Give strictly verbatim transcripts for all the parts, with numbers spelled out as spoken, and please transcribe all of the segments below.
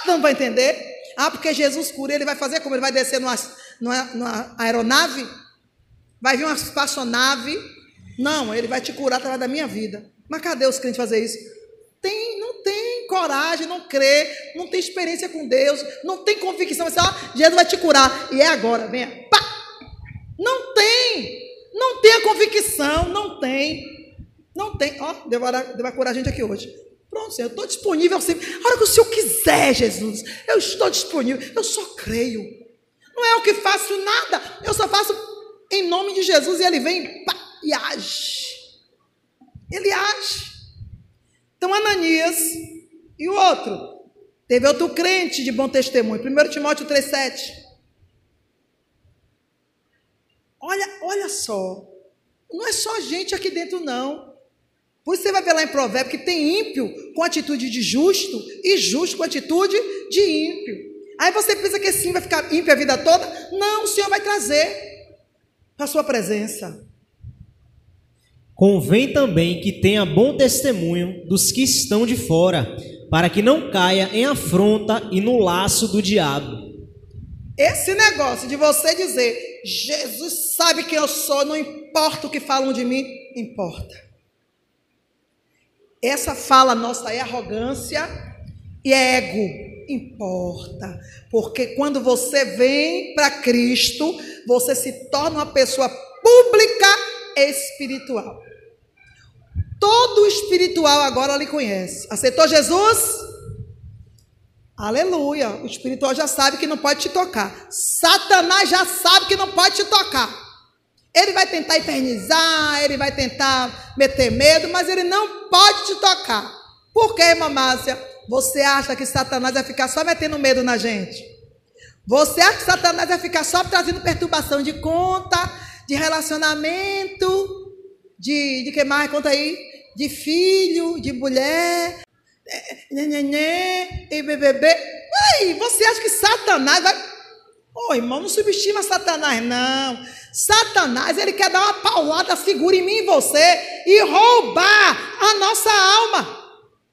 dando para entender? Ah, porque Jesus cura, ele vai fazer como? Ele vai descer numa, numa, numa aeronave? Vai vir uma espaçonave? Não, ele vai te curar através da minha vida. Mas cadê os crentes fazer isso? Tem, não tem coragem, não crê, não tem experiência com Deus, não tem convicção. Você, ó, Jesus vai te curar. E é agora, venha. Pá! Não tem. Não tem a convicção, não tem. Não tem. Ó, Deus vai, Deus vai curar a gente aqui hoje. Pronto, Senhor, eu estou disponível sempre. A hora que o Senhor quiser, Jesus, eu estou disponível. Eu só creio. Não é eu que faço nada. Eu só faço em nome de Jesus e Ele vem pá, e age. Ele age. Então, Ananias e o outro. Teve outro crente de bom testemunho. primeiro Timóteo três, sete. Olha, olha só. Não é só gente aqui dentro, não. Por isso você vai ver lá em Provérbios que tem ímpio com atitude de justo e justo com atitude de ímpio. Aí você pensa que assim vai ficar ímpio a vida toda? Não, o Senhor vai trazer para a sua presença. Convém também que tenha bom testemunho dos que estão de fora, para que não caia em afronta e no laço do diabo. Esse negócio de você dizer, Jesus sabe quem eu sou, não importa o que falam de mim, importa. Essa fala nossa é arrogância e é ego. Importa. Porque quando você vem para Cristo, você se torna uma pessoa pública espiritual. Todo espiritual agora lhe conhece. Aceitou Jesus? Aleluia. O espiritual já sabe que não pode te tocar. Satanás já sabe que não pode te tocar. Ele vai tentar infernizar, ele vai tentar meter medo, mas ele não pode te tocar. Por quê, irmã Márcia? Você acha que Satanás vai ficar só metendo medo na gente? Você acha que Satanás vai ficar só trazendo perturbação de conta, de relacionamento, de, de que mais? Conta aí. De filho, de mulher, nenenê, e bebê. Aí, você acha que Satanás vai... Ô, oh, irmão, não subestima Satanás, não. Satanás, ele quer dar uma paulada, segura em mim e você, e roubar a nossa alma.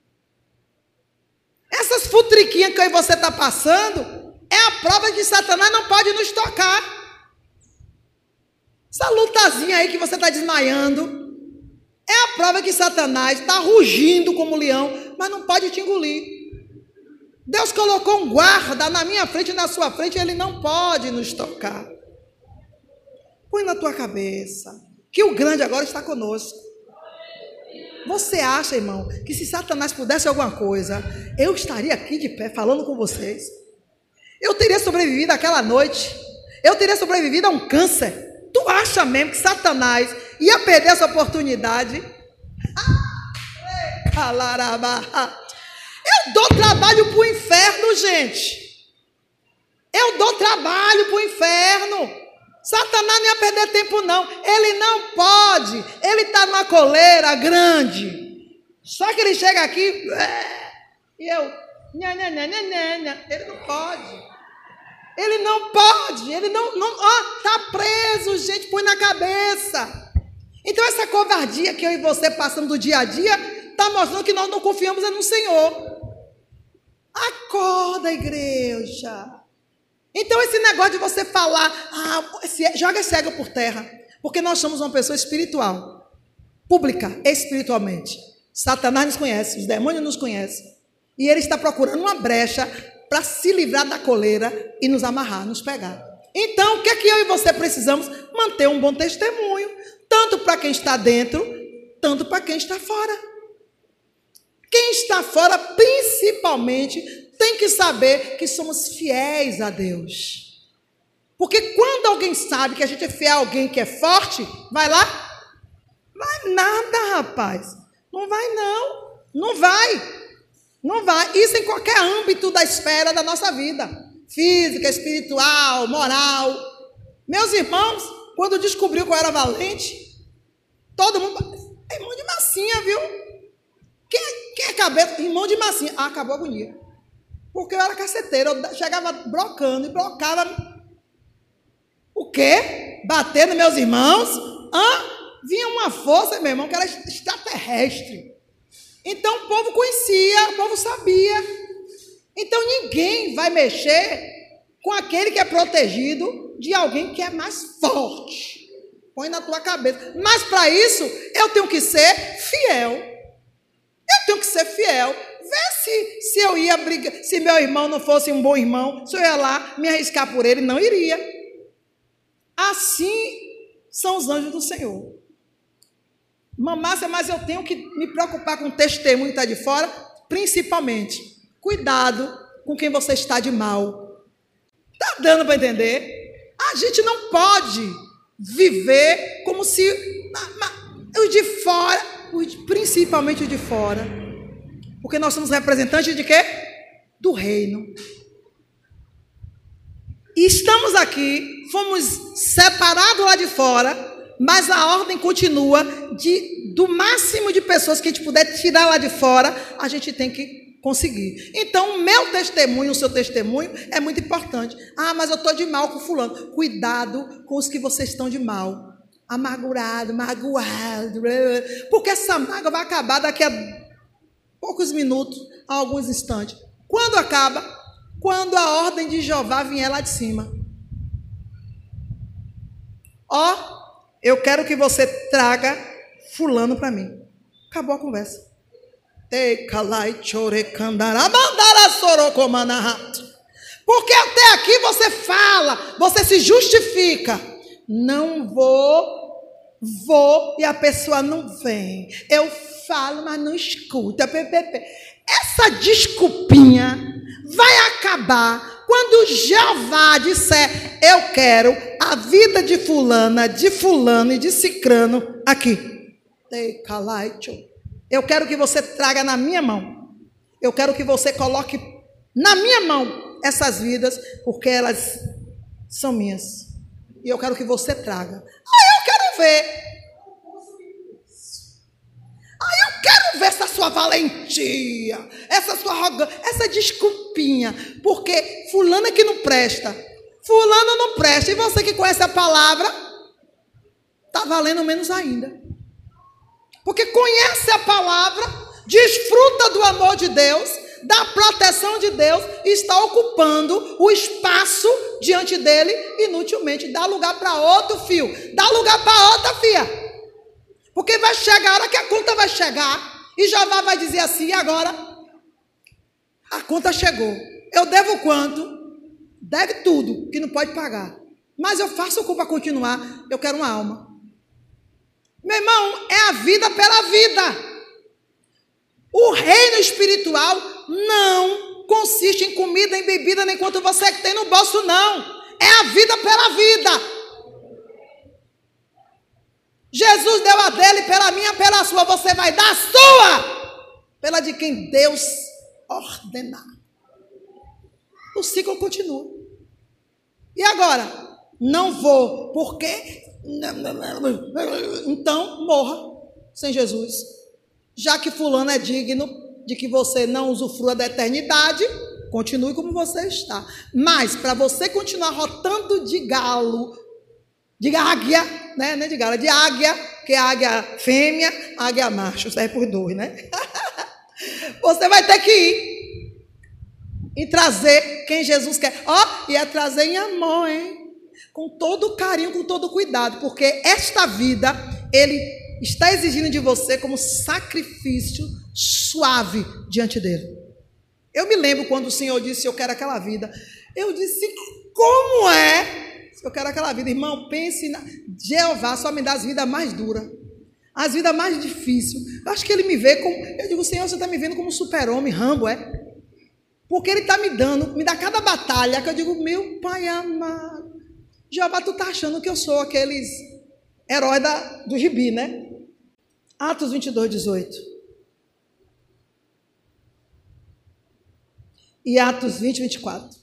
Essas futriquinhas que eu e você está passando, é a prova de que Satanás não pode nos tocar. Essa lutazinha aí que você está desmaiando, é a prova que Satanás está rugindo como leão, mas não pode te engolir. Deus colocou um guarda na minha frente e na sua frente, ele não pode nos tocar. Põe na tua cabeça que o grande agora está conosco. Você acha, irmão, que se Satanás pudesse alguma coisa, eu estaria aqui de pé falando com vocês? Eu teria sobrevivido àquela noite? Eu teria sobrevivido a um câncer? Tu acha mesmo que Satanás ia perder essa oportunidade? Eu dou trabalho para o inferno, gente. Eu dou trabalho para o inferno. Satanás não ia perder tempo, não. Ele não pode. Ele está numa coleira grande. Só que ele chega aqui e eu... Ele não pode. Ele não pode. Ele não... não ó, tá preso, gente. Põe na cabeça. Então essa covardia que eu e você passamos do dia a dia está mostrando que nós não confiamos no Senhor. Acorda, igreja. Então esse negócio de você falar, ah, joga esse ego por terra, porque nós somos uma pessoa espiritual, pública, espiritualmente. Satanás nos conhece, os demônios nos conhecem, e ele está procurando uma brecha para se livrar da coleira e nos amarrar, nos pegar. Então, o que é que eu e você precisamos? Manter um bom testemunho, tanto para quem está dentro, tanto para quem está fora. Quem está fora, principalmente, tem que saber que somos fiéis a Deus. Porque quando alguém sabe que a gente é fiel a alguém que é forte, vai lá? Vai nada, rapaz. Não vai, não. Não vai. Não vai. Isso em qualquer âmbito da esfera da nossa vida. Física, espiritual, moral. Meus irmãos, quando descobriu que eu era valente, todo mundo... É irmão de massinha, viu? Quem, quem é cabeça? Irmão de massinha. Ah, acabou a agonia. Porque eu era caceteiro, eu chegava brocando e brocava. O quê? Batendo meus irmãos? Hã? Vinha uma força, meu irmão, que era extraterrestre. Então o povo conhecia, o povo sabia. Então ninguém vai mexer com aquele que é protegido de alguém que é mais forte. Põe na tua cabeça. Mas para isso, eu tenho que ser fiel. Eu tenho que ser fiel. Vê se, se eu ia brigar, se meu irmão não fosse um bom irmão, se eu ia lá me arriscar por ele, não iria. Assim são os anjos do Senhor. Mamácia, mas eu tenho que me preocupar com o testemunho que está de fora, principalmente. Cuidado com quem você está de mal. Está dando para entender? A gente não pode viver como se os de fora, principalmente os de fora, porque nós somos representantes de quê? Do reino. E estamos aqui, fomos separados lá de fora, mas a ordem continua de, do máximo de pessoas que a gente puder tirar lá de fora, a gente tem que conseguir. Então, o meu testemunho, o seu testemunho é muito importante. Ah, mas eu estou de mal com fulano. Cuidado com os que vocês estão de mal. Amargurado, magoado. Porque essa mágoa vai acabar daqui a poucos minutos, a alguns instantes. Quando acaba? Quando a ordem de Jeová vier lá de cima. Ó, oh, eu quero que você traga fulano para mim. Acabou a conversa. Porque até aqui você fala, você se justifica. Não vou, vou, e a pessoa não vem. Eu falo, mas não escuta. Essa desculpinha vai acabar quando Jeová disser: eu quero a vida de fulana, de fulano e de cicrano aqui. Eu quero que você traga na minha mão. Eu quero que você coloque na minha mão essas vidas, porque elas são minhas. E eu quero que você traga. Ah, eu quero ver. Ah, eu quero ver essa sua valentia, essa sua arrogância, essa desculpinha, porque fulano é que não presta. Fulano não presta. E você que conhece a palavra, está valendo menos ainda. Porque conhece a palavra, desfruta do amor de Deus, da proteção de Deus, e está ocupando o espaço diante dele inutilmente. Dá lugar para outro fio, dá lugar para outra fia. Porque vai chegar a hora que a conta vai chegar, e Jeová vai dizer assim: e agora? A conta chegou. Eu devo quanto? Deve tudo, que não pode pagar. Mas eu faço o que para continuar. Eu quero uma alma. Meu irmão, é a vida pela vida. O reino espiritual não consiste em comida, em bebida, nem quanto você tem no bolso, não. É a vida pela vida. Jesus deu a dele pela minha, pela sua. Você vai dar a sua pela de quem Deus ordenar. O ciclo continua. E agora? Não vou. Por quê? Então, morra sem Jesus. Já que fulano é digno de que você não usufrua da eternidade, continue como você está. Mas, para você continuar rotando de galo, de águia, né? Não é de galo, é de águia, que é águia fêmea, águia macho, serve por dois, né? Você vai ter que ir e trazer quem Jesus quer. Ó, oh, e é trazer em amor, hein? Com todo carinho, com todo cuidado, porque esta vida, ele está exigindo de você como sacrifício suave diante dele. Eu me lembro quando o Senhor disse: eu quero aquela vida. Eu disse: como é? Eu quero aquela vida. Irmão, pense na... Jeová só me dá as vidas mais duras, as vidas mais difíceis. Eu acho que ele me vê como... Eu digo: Senhor, você está me vendo como super-homem, Rambo, é? Porque ele está me dando, me dá cada batalha que eu digo: meu Pai amado, Jeová, tu está achando que eu sou aqueles heróis da, do gibi, né? Atos vinte e dois, dezoito. E Atos vinte, vinte e quatro.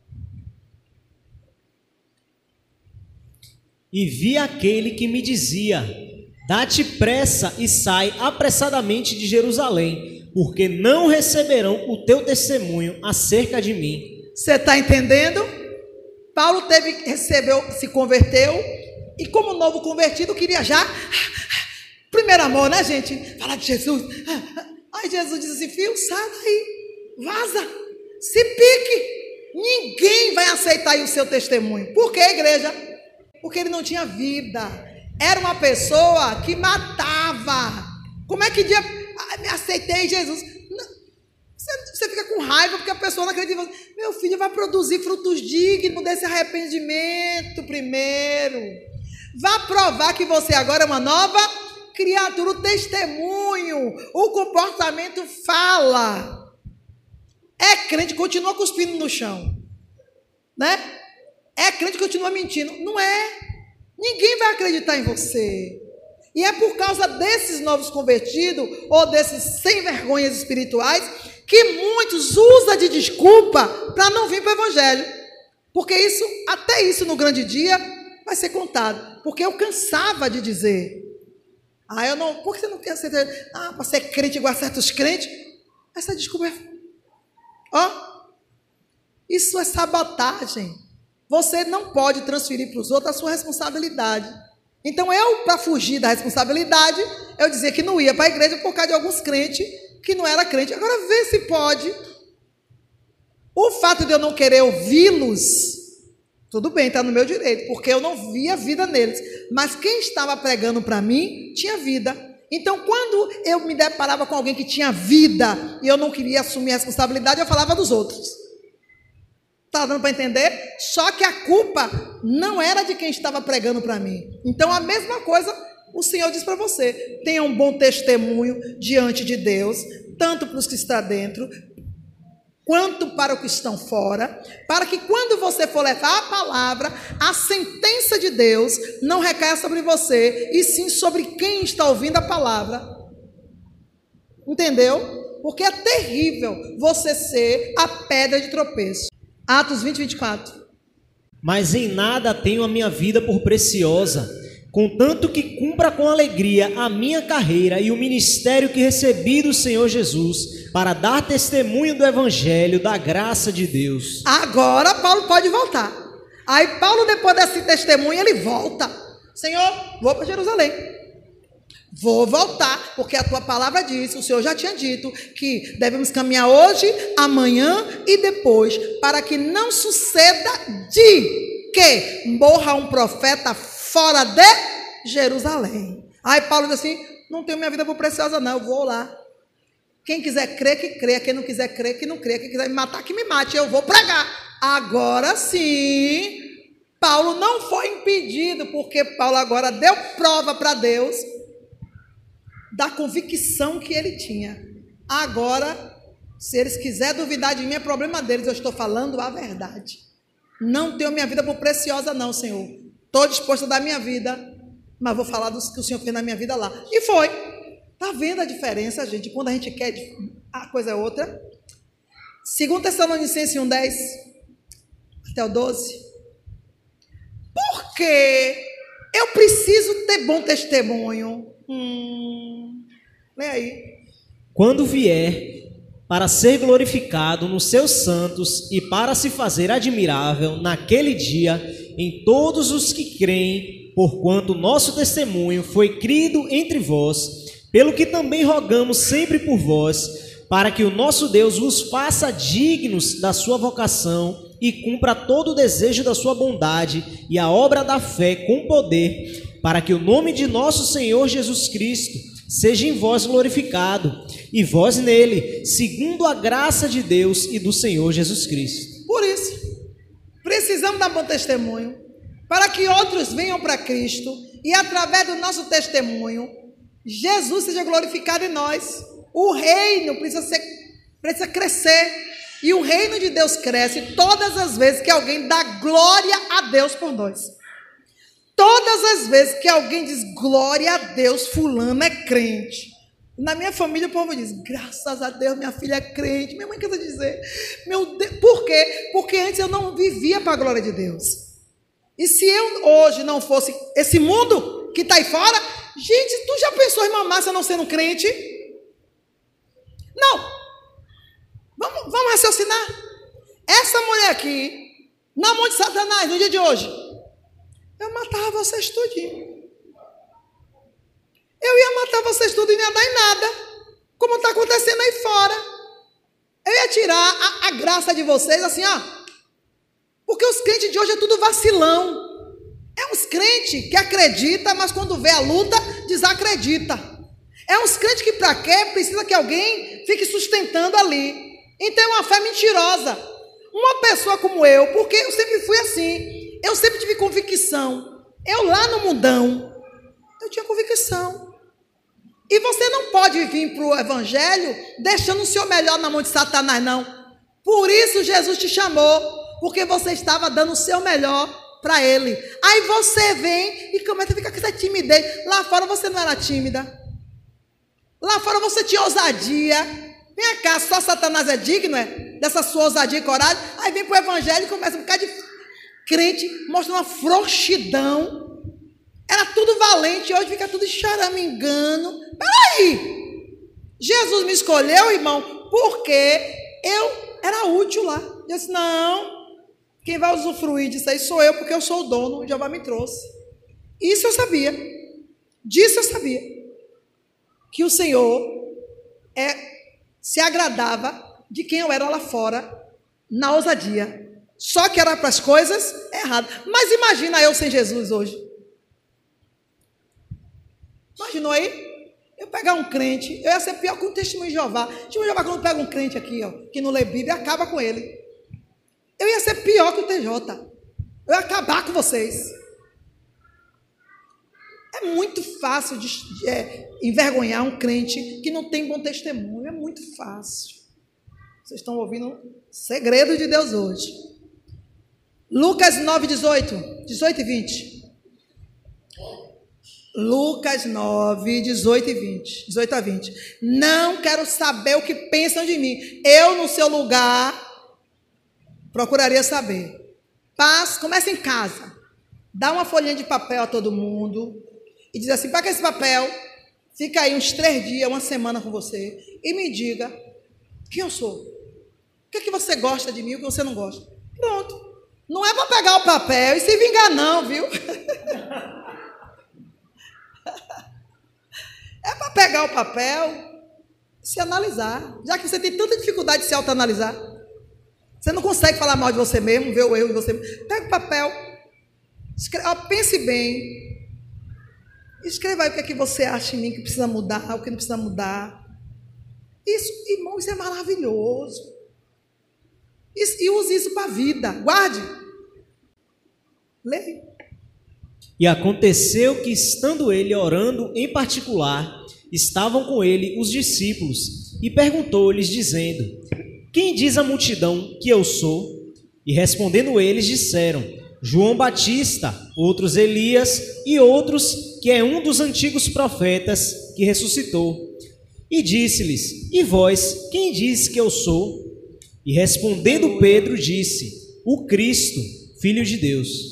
E vi aquele que me dizia: dá-te pressa e sai apressadamente de Jerusalém, porque não receberão o teu testemunho acerca de mim. Você está entendendo? Paulo teve, recebeu, se converteu, e como novo convertido queria já, primeiro amor, né, gente? Falar de Jesus. Aí Jesus disse assim: filho, sai daí, vaza, se pique. Ninguém vai aceitar aí o seu testemunho. Por quê, igreja? Porque ele não tinha vida. Era uma pessoa que matava. Como é que dia... Ah, me aceitei Jesus. Não. Você, você fica com raiva porque a pessoa não acredita. Meu filho vai produzir frutos dignos desse arrependimento primeiro. Vá provar que você agora é uma nova criatura. O testemunho, o comportamento fala. É crente, continua cuspindo no chão, né? É crente, continua mentindo. Não é. Ninguém vai acreditar em você. E é por causa desses novos convertidos, ou desses sem vergonhas espirituais, que muitos usam de desculpa para não vir para o evangelho. Porque isso, até isso no grande dia, vai ser contado. Porque eu cansava de dizer, ah, eu não, por que você não tem certeza? Ah, para ser crente igual a certos crentes, essa desculpa é... Ó, oh, isso é sabotagem. Você não pode transferir para os outros a sua responsabilidade. Então eu, para fugir da responsabilidade, eu dizia que não ia para a igreja por causa de alguns crentes que não era crente. Agora vê se pode. O fato de eu não querer ouvi-los, tudo bem, está no meu direito, porque eu não via vida neles. Mas quem estava pregando para mim tinha vida. Então, quando eu me deparava com alguém que tinha vida e eu não queria assumir a responsabilidade, eu falava dos outros. Está dando para entender? Só que a culpa não era de quem estava pregando para mim. Então, a mesma coisa o Senhor diz para você. Tenha um bom testemunho diante de Deus, tanto para os que estão dentro, quanto para os que estão fora, para que quando você for levar a palavra, a sentença de Deus não recaia sobre você, e sim sobre quem está ouvindo a palavra. Entendeu? Porque é terrível você ser a pedra de tropeço. Atos vinte, vinte e quatro. Mas em nada tenho a minha vida por preciosa, contanto que cumpra com alegria a minha carreira e o ministério que recebi do Senhor Jesus, para dar testemunho do evangelho, da graça de Deus. Agora Paulo pode voltar. Aí Paulo, depois desse testemunho, ele volta. Senhor, vou para Jerusalém. Vou voltar, porque a tua palavra diz, o Senhor já tinha dito, que devemos caminhar hoje, amanhã e depois, para que não suceda de que morra um profeta fora de Jerusalém. Aí Paulo diz assim, não tenho minha vida por preciosa não, eu vou lá. Quem quiser crer, que creia. Quem não quiser crer, que não creia. Quem quiser me matar, que me mate. Eu vou pregar. Agora sim, Paulo não foi impedido, porque Paulo agora deu prova para Deus da convicção que ele tinha. Agora, se eles quiserem duvidar de mim, é problema deles. Eu estou falando a verdade. Não tenho minha vida por preciosa não, Senhor. Estou disposto a dar minha vida, mas vou falar do que o Senhor fez na minha vida lá. E foi. Está vendo a diferença, gente? Quando a gente quer, a coisa é outra. Segundo Tessalonicenses um, dez até o doze. Por que eu preciso ter bom testemunho? Hum, lê aí. Quando vier para ser glorificado nos seus santos e para se fazer admirável naquele dia em todos os que creem, porquanto nosso testemunho foi crido entre vós, pelo que também rogamos sempre por vós, para que o nosso Deus vos faça dignos da sua vocação e cumpra todo o desejo da sua bondade e a obra da fé com poder, para que o nome de nosso Senhor Jesus Cristo seja em vós glorificado, e vós nele, segundo a graça de Deus e do Senhor Jesus Cristo. Por isso, precisamos dar bom testemunho, para que outros venham para Cristo, e através do nosso testemunho, Jesus seja glorificado em nós. O reino precisa, ser, precisa crescer. E o reino de Deus cresce todas as vezes que alguém dá glória a Deus por nós. Todas as vezes que alguém diz glória a Deus, fulano é crente. Na minha família o povo diz, graças a Deus minha filha é crente. Minha mãe quer dizer, meu Deus, por quê? Porque antes eu não vivia para a glória de Deus. E se eu hoje não fosse esse mundo que está aí fora, gente, tu já pensou em mamar se eu não sendo crente? Não. Vamos, vamos raciocinar. Essa mulher aqui, na mão de Satanás, no dia de hoje, eu matava vocês tudinho. Eu ia matar vocês tudo e não ia dar em nada, como está acontecendo aí fora. Eu ia tirar a, a graça de vocês assim, ó. Porque os crentes de hoje é tudo vacilão. É uns crentes que acredita, mas quando vê a luta, desacredita. É uns crentes que para quê? Precisa que alguém fique sustentando ali. Então é uma fé mentirosa. Uma pessoa como eu, porque eu sempre fui assim. Eu sempre tive convicção. Eu lá no mundão, eu tinha convicção. E você não pode vir para o evangelho deixando o seu melhor na mão de Satanás, não. Por isso Jesus te chamou, porque você estava dando o seu melhor para ele. Aí você vem e começa a ficar com essa timidez. Lá fora você não era tímida. Lá fora você tinha ousadia. Vem cá, só Satanás é digno, é? Dessa sua ousadia e coragem. Aí vem para o evangelho e começa a ficar de crente, mostra uma frouxidão. Era tudo valente, hoje fica tudo choramingando. Peraí, Jesus me escolheu, irmão, porque eu era útil lá. Eu disse, não, quem vai usufruir disso aí sou eu, porque eu sou o dono, o Jeová me trouxe. Isso eu sabia, disso eu sabia, que o Senhor é, se agradava de quem eu era lá fora, na ousadia. Só que era para as coisas erradas. Mas imagina eu sem Jesus hoje. Imaginou aí? Eu pegar um crente, eu ia ser pior que um testemunho de Jeová. Testemunho de Jeová, quando pega um crente aqui, ó, que não lê Bíblia, acaba com ele. Eu ia ser pior que o T J. Eu ia acabar com vocês. É muito fácil de, de é, envergonhar um crente que não tem bom testemunho. É muito fácil. Vocês estão ouvindo o segredo de Deus hoje. Lucas nove, dezoito. dezoito e vinte. Lucas nove, dezoito e vinte. dezoito a vinte. Não quero saber o que pensam de mim. Eu, no seu lugar, procuraria saber. Paz, começa em casa. Dá uma folhinha de papel a todo mundo e diz assim, pega esse papel, fica aí uns três dias, uma semana com você e me diga quem eu sou. O que é que você gosta de mim e o que você não gosta. Pronto. Não é para pegar o papel e se vingar não, viu? É para pegar o papel e se analisar. Já que você tem tanta dificuldade de se autoanalisar. Você não consegue falar mal de você mesmo, ver o erro de você mesmo. Pega o papel, escreve, ó, pense bem. Escreva aí o que é que você acha em mim que precisa mudar, o que não precisa mudar. Isso, irmão, isso é maravilhoso. Isso, e use isso para a vida. Guarde. Leia. E aconteceu que, estando ele orando em particular, estavam com ele os discípulos, e perguntou-lhes, dizendo, quem diz a multidão que eu sou? E respondendo eles, disseram, João Batista, outros Elias, e outros que é um dos antigos profetas que ressuscitou. E disse-lhes, e vós, quem diz que eu sou? E respondendo Pedro, disse, o Cristo, Filho de Deus.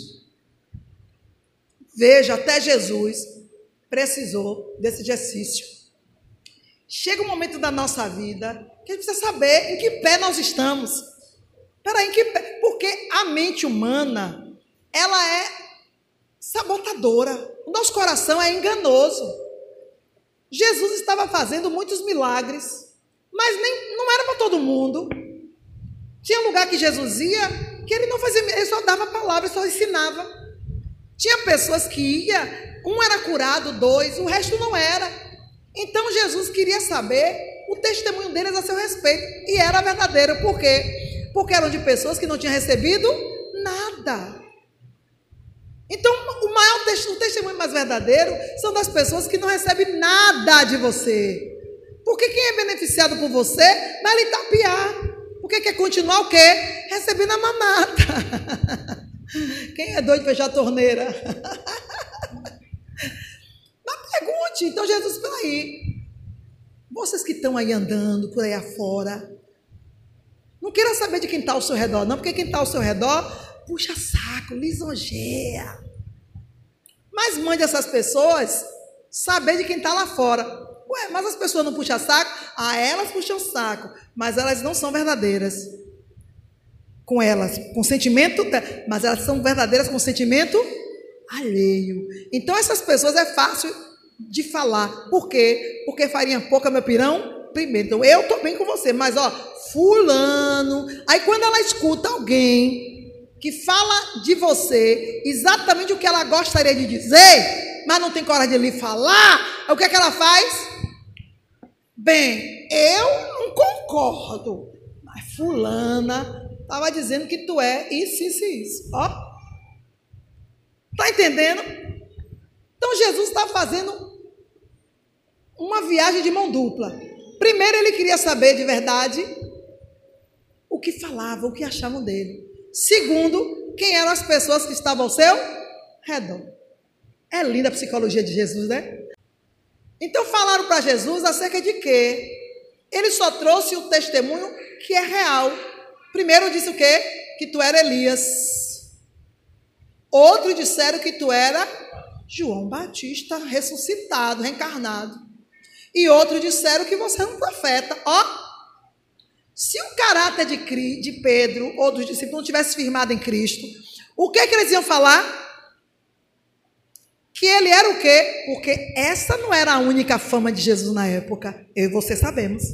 Veja, até Jesus precisou desse exercício. Chega um momento da nossa vida que a gente precisa saber em que pé nós estamos. Peraí, em que pé? Porque a mente humana, ela é sabotadora. O nosso coração é enganoso. Jesus estava fazendo muitos milagres, mas nem, não era para todo mundo. Tinha lugar que Jesus ia, que ele não fazia, ele só dava palavra, só ensinava. Tinha pessoas que ia, um era curado, dois, o resto não era. Então Jesus queria saber o testemunho deles a seu respeito. E era verdadeiro. Por quê? Porque eram de pessoas que não tinham recebido nada. Então, o maior o testemunho mais verdadeiro são das pessoas que não recebem nada de você. Porque quem é beneficiado por você vai lhe tapear. Porque quer continuar o quê? Recebendo a mamata. Quem é doido de fechar a torneira? Mas pergunte. Então Jesus, peraí. Vocês que estão aí andando por aí afora, não queiram saber de quem está ao seu redor, não, porque quem está ao seu redor puxa saco, lisonjeia. Mas mande essas pessoas saber de quem está lá fora. Ué, mas as pessoas não puxam saco? Ah, elas puxam saco, mas elas não são verdadeiras com elas, com sentimento, mas elas são verdadeiras com sentimento alheio. Então essas pessoas é fácil de falar. Por quê? Porque farinha pouca, meu pirão primeiro, então eu estou bem com você, mas ó, fulano. Aí quando ela escuta alguém que fala de você exatamente o que ela gostaria de dizer, mas não tem coragem de lhe falar, o que é que ela faz? Bem, eu não concordo, mas fulana estava dizendo que tu é isso, isso e isso. Ó, tá entendendo? Então Jesus está fazendo uma viagem de mão dupla. Primeiro ele queria saber de verdade o que falavam, o que achavam dele. Segundo, quem eram as pessoas que estavam ao seu redor. É linda a psicologia de Jesus, né? Então falaram para Jesus acerca de quê? Ele só trouxe o testemunho que é real. Primeiro disse o quê? Que tu era Elias. Outro disseram que tu era João Batista ressuscitado, reencarnado. E outros disseram que você é um profeta. Ó, se o caráter de, de Pedro ou dos discípulos não tivesse firmado em Cristo, o que, que eles iam falar? Que ele era o quê? Porque essa não era a única fama de Jesus na época. Eu e você sabemos.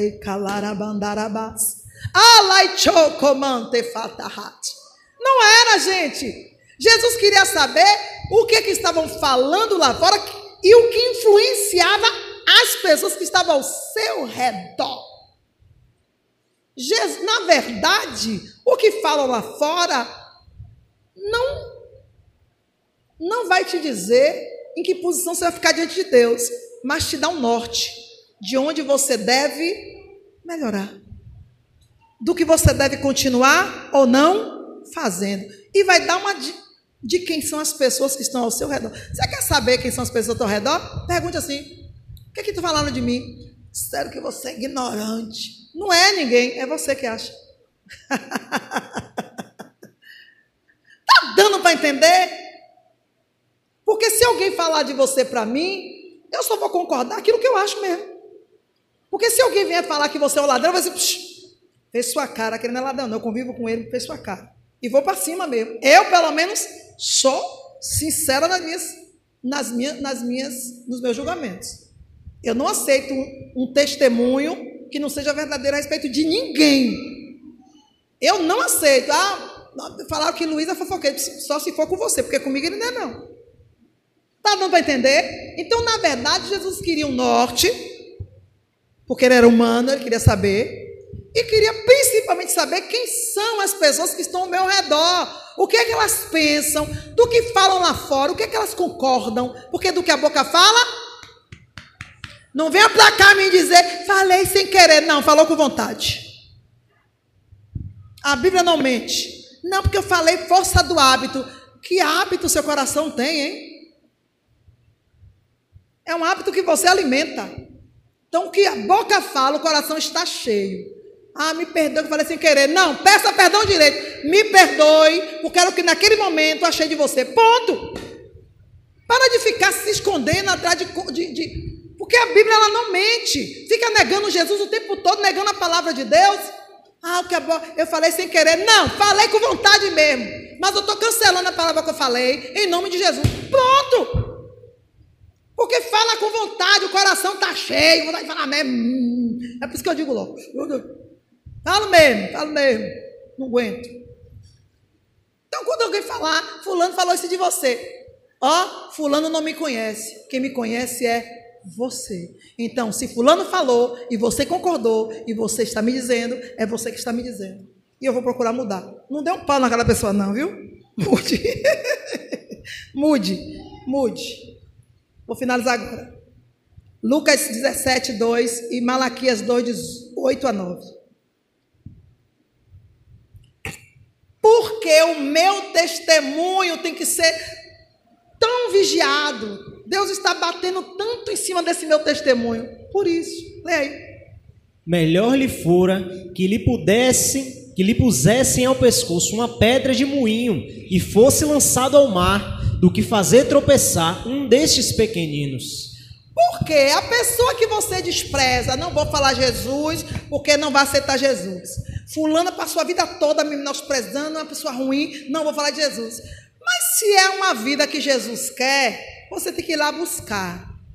Não era, gente. Jesus queria saber o que, que estavam falando lá fora e o que influenciava as pessoas que estavam ao seu redor. Jesus, na verdade, o que falam lá fora não, não vai te dizer em que posição você vai ficar diante de Deus, mas te dá um norte de onde você deve melhorar, do que você deve continuar ou não fazendo. E vai dar uma de, de quem são as pessoas que estão ao seu redor. Você quer saber quem são as pessoas ao seu redor? Pergunte assim: o que é que tu falando de mim? Sério que você é ignorante. Não é ninguém, é você que acha. Tá dando para entender? Porque se alguém falar de você para mim, eu só vou concordar aquilo que eu acho mesmo. Porque se alguém vier falar que você é um ladrão, eu vou dizer, fez sua cara, aquele não é ladrão, não, eu convivo com ele, fez sua cara. E vou para cima mesmo. Eu, pelo menos, sou sincera nas minhas, nas minhas, nas minhas, nos meus julgamentos. Eu não aceito um, um testemunho que não seja verdadeiro a respeito de ninguém. Eu não aceito. Ah, falaram que Luiz é fofoqueiro, só se for com você, porque comigo ele não é não. Tá dando para entender? Então, na verdade, Jesus queria um norte, porque ele era humano, ele queria saber, e queria principalmente saber quem são as pessoas que estão ao meu redor, o que é que elas pensam, do que falam lá fora, o que é que elas concordam, porque do que a boca fala, não venha para cá me dizer, falei sem querer, não, falou com vontade. A Bíblia não mente. Não, porque eu falei força do hábito. Que hábito seu coração tem, hein? É um hábito que você alimenta. Então, o que a boca fala, o coração está cheio. Ah, me perdoe que eu falei sem querer. Não, peça perdão direito. Me perdoe, porque era o que naquele momento eu achei de você. Ponto. Para de ficar se escondendo atrás de... de, de porque a Bíblia ela não mente. Fica negando Jesus o tempo todo, negando a palavra de Deus. Ah, o que eu falei sem querer. Não, falei com vontade mesmo. Mas eu estou cancelando a palavra que eu falei, em nome de Jesus. Pronto. Porque fala com vontade, o coração está cheio, vontade de falar mesmo. É por isso que eu digo logo. Falo mesmo, falo mesmo. Não aguento. Então, quando alguém falar, fulano falou isso de você. Ó, fulano não me conhece. Quem me conhece é você. Então, se fulano falou e você concordou e você está me dizendo, é você que está me dizendo. E eu vou procurar mudar. Não dê um pau naquela pessoa não, viu? Mude. Mude. Mude. Vou finalizar agora. Lucas dezessete, dois e Malaquias dois, oito a nove. Porque o meu testemunho tem que ser tão vigiado. Deus está batendo tanto em cima desse meu testemunho. Por isso, leia aí. Melhor lhe fora que lhe pudessem, que lhe pusessem ao pescoço uma pedra de moinho e fosse lançado ao mar, do que fazer tropeçar um destes pequeninos. Porque a pessoa que você despreza, não vou falar Jesus, porque não vai aceitar Jesus. Fulana passou a vida toda me menosprezando, é uma pessoa ruim, não vou falar de Jesus. Mas se é uma vida que Jesus quer, você tem que ir lá buscar.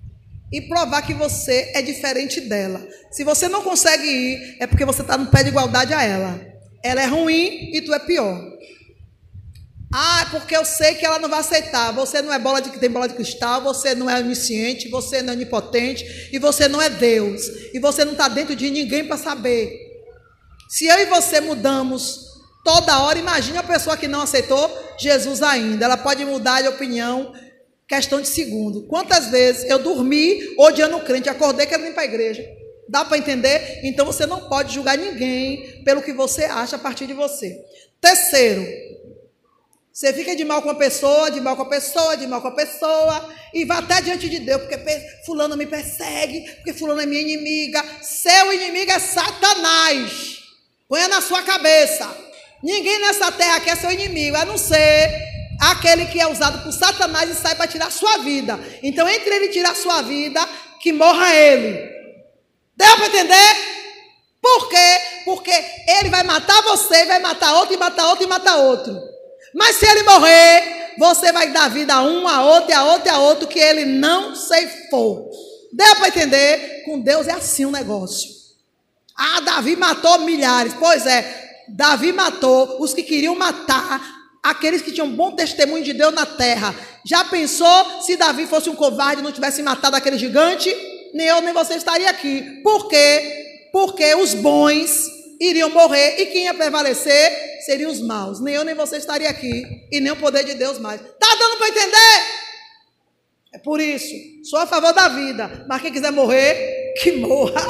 e provar que você é diferente dela. Se você não consegue ir, é porque você está no pé de igualdade a ela. Ela é ruim e tu é pior. Ah, porque eu sei que ela não vai aceitar. Você não é bola de que tem bola de cristal, você não é onisciente, você não é onipotente e você não é Deus. E você não está dentro de ninguém para saber. Se eu e você mudamos toda hora, imagine a pessoa que não aceitou Jesus ainda. Ela pode mudar de opinião, questão de segundo. Quantas vezes eu dormi odiando o crente, acordei querendo ir para a igreja? Dá para entender? Então você não pode julgar ninguém pelo que você acha a partir de você. Terceiro, você fica de mal com a pessoa, de mal com a pessoa, de mal com a pessoa, e vai até diante de Deus, porque fulano me persegue, porque fulano é minha inimiga. Seu inimigo é Satanás. Ponha na sua cabeça. Ninguém nessa terra quer seu inimigo, a não ser aquele que é usado por Satanás e sai para tirar a sua vida. Então, entre ele tirar a sua vida, que morra ele. Deu para entender? Por quê? Porque ele vai matar você, vai matar outro, e matar outro, e matar outro. Mas se ele morrer, você vai dar vida a um, a outro, e a outro, e a outro, que ele não ceifou. Deu para entender? Com Deus é assim o negócio. Ah, Davi matou milhares. Pois é, Davi matou os que queriam matar aqueles que tinham bom testemunho de Deus na terra. Já pensou se Davi fosse um covarde e não tivesse matado aquele gigante? Nem eu, nem você estaria aqui. Por quê? Porque os bons iriam morrer e quem ia prevalecer seriam os maus. Nem eu, nem você estaria aqui e nem o poder de Deus mais. Tá dando para entender? É por isso, sou a favor da vida, mas quem quiser morrer, que morra.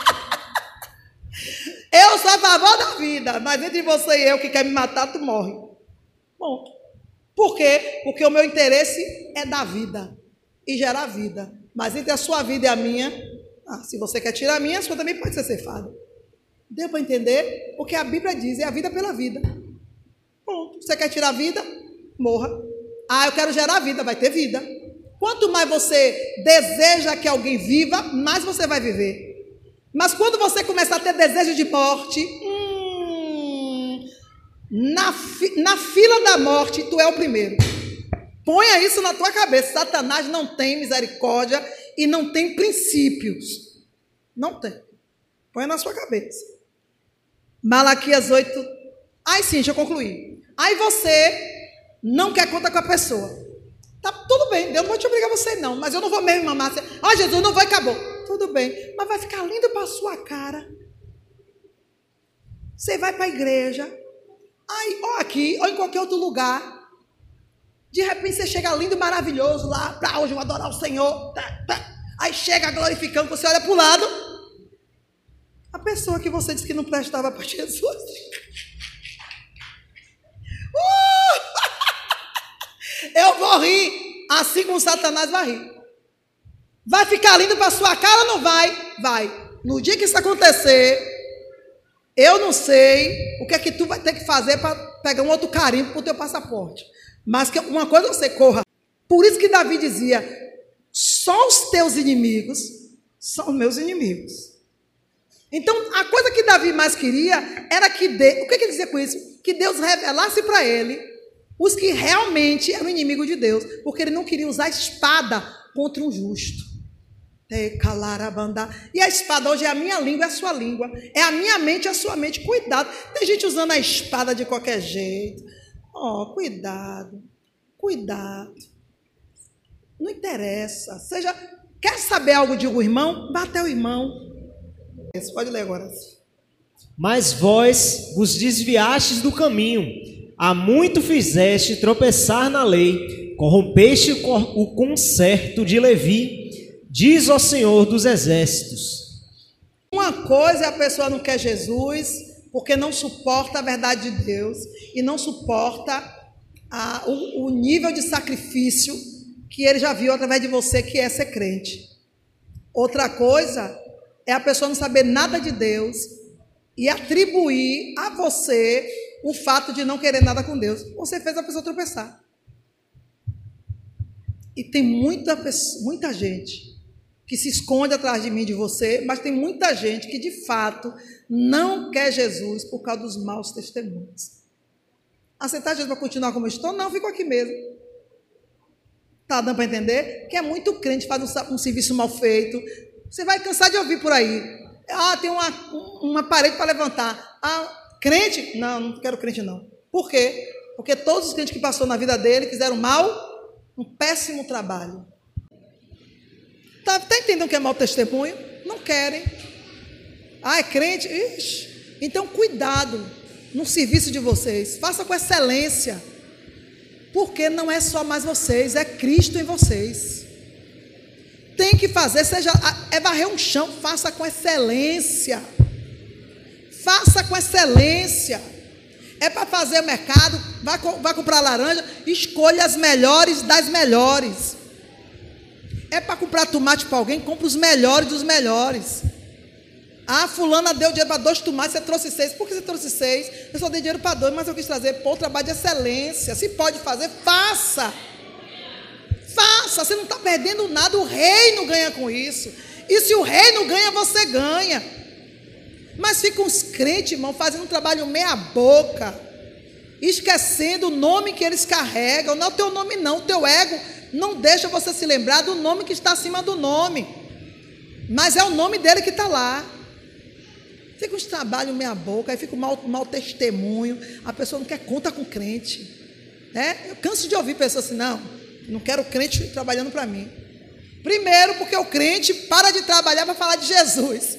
Eu sou a favor da vida, mas entre você e eu que quer me matar, tu morre. Bom, por quê? Porque o meu interesse é dar vida e gerar vida. Mas entre a sua vida e a minha, ah, se você quer tirar a minha, a sua também pode ser ceifada. Deu para entender? Porque a Bíblia diz, é a vida pela vida. Pronto, você quer tirar a vida? Morra. Ah, eu quero gerar vida, vai ter vida. Quanto mais você deseja que alguém viva, mais você vai viver. Mas quando você começar a ter desejo de morte, hum, na, fi, na fila da morte, tu é o primeiro. Ponha isso na tua cabeça. Satanás não tem misericórdia e não tem princípios. Não tem. Ponha na sua cabeça. Malaquias oito. Aí sim, deixa eu concluir. Aí você não quer conta com a pessoa. Tá tudo bem, Deus não vai te obrigar a você não, mas eu não vou mesmo mamar. Ah, Jesus, não vai, acabou. Tudo bem, mas vai ficar lindo para a sua cara. Você vai para a igreja, aí, ou aqui, ou em qualquer outro lugar. De repente você chega lindo, maravilhoso lá, para hoje eu vou adorar o Senhor. Tá, tá. Aí chega glorificando, você olha para o lado. A pessoa que você disse que não prestava para Jesus. Uh! Eu vou rir, assim como Satanás vai rir. Vai ficar lindo para sua cara ou não vai? Vai. No dia que isso acontecer, eu não sei o que é que tu vai ter que fazer para pegar um outro carimbo para o teu passaporte. Mas que uma coisa você corra. Por isso que Davi dizia, só os teus inimigos são os meus inimigos. Então, a coisa que Davi mais queria era que Deus, o que ele dizia com isso? Que Deus revelasse para ele os que realmente eram inimigo de Deus, porque ele não queria usar a espada contra um justo. E a espada hoje é a minha língua, é a sua língua, é a minha mente, é a sua mente. Cuidado, tem gente usando a espada de qualquer jeito. Oh, cuidado, cuidado. Não interessa. Seja, quer saber algo de um irmão? Bate o irmão. Você pode ler agora. Mas vós vos desviastes do caminho, há muito fizeste tropeçar na lei, corrompeste o concerto de Levi, diz o Senhor dos Exércitos. Uma coisa é a pessoa não quer Jesus, porque não suporta a verdade de Deus, e não suporta a, o, o nível de sacrifício que ele já viu através de você, que é ser crente. Outra coisa é a pessoa não saber nada de Deus e atribuir a você o fato de não querer nada com Deus. Você fez a pessoa tropeçar. E tem muita, muita gente que se esconde atrás de mim e de você, mas tem muita gente que, de fato, não quer Jesus por causa dos maus testemunhos. Aceitar Jesus para continuar como eu estou? Não, fico aqui mesmo. Tá dando para entender? Que é muito crente, faz um, um serviço mal feito. Você vai cansar de ouvir por aí. Ah, tem uma, uma parede para levantar. Ah, crente? Não, não quero crente não. Por quê? Porque todos os crentes que passou na vida dele fizeram mal, um péssimo trabalho. Tá, tá entendendo o que é mau testemunho? Não querem. Ah, é crente? Ixi. Então, cuidado no serviço de vocês. Faça com excelência. Porque não é só mais vocês, é Cristo em vocês. Tem que fazer, seja, é varrer um chão, faça com excelência. Faça com excelência. É para fazer o mercado, vai, vai comprar laranja, escolha as melhores das melhores. É para comprar tomate para alguém, compra os melhores dos melhores. Ah, fulana deu dinheiro para dois tomates, você trouxe seis. Por que você trouxe seis? Eu só dei dinheiro para dois, mas eu quis trazer para o trabalho de excelência. Se pode fazer, faça. Faça, você não está perdendo nada, o reino ganha com isso. E se o reino ganha, você ganha. Mas ficam os crentes, irmão, fazendo um trabalho meia boca, esquecendo o nome que eles carregam. Não é o teu nome não, o teu ego não deixa você se lembrar do nome que está acima do nome. Mas é o nome dele que está lá. Fica uns trabalhos meia boca, aí fica um mau, mau testemunho, a pessoa não quer conta com crente. É? Eu canso de ouvir pessoas assim, não, não quero crente trabalhando para mim. Primeiro, porque o crente para de trabalhar para falar de Jesus.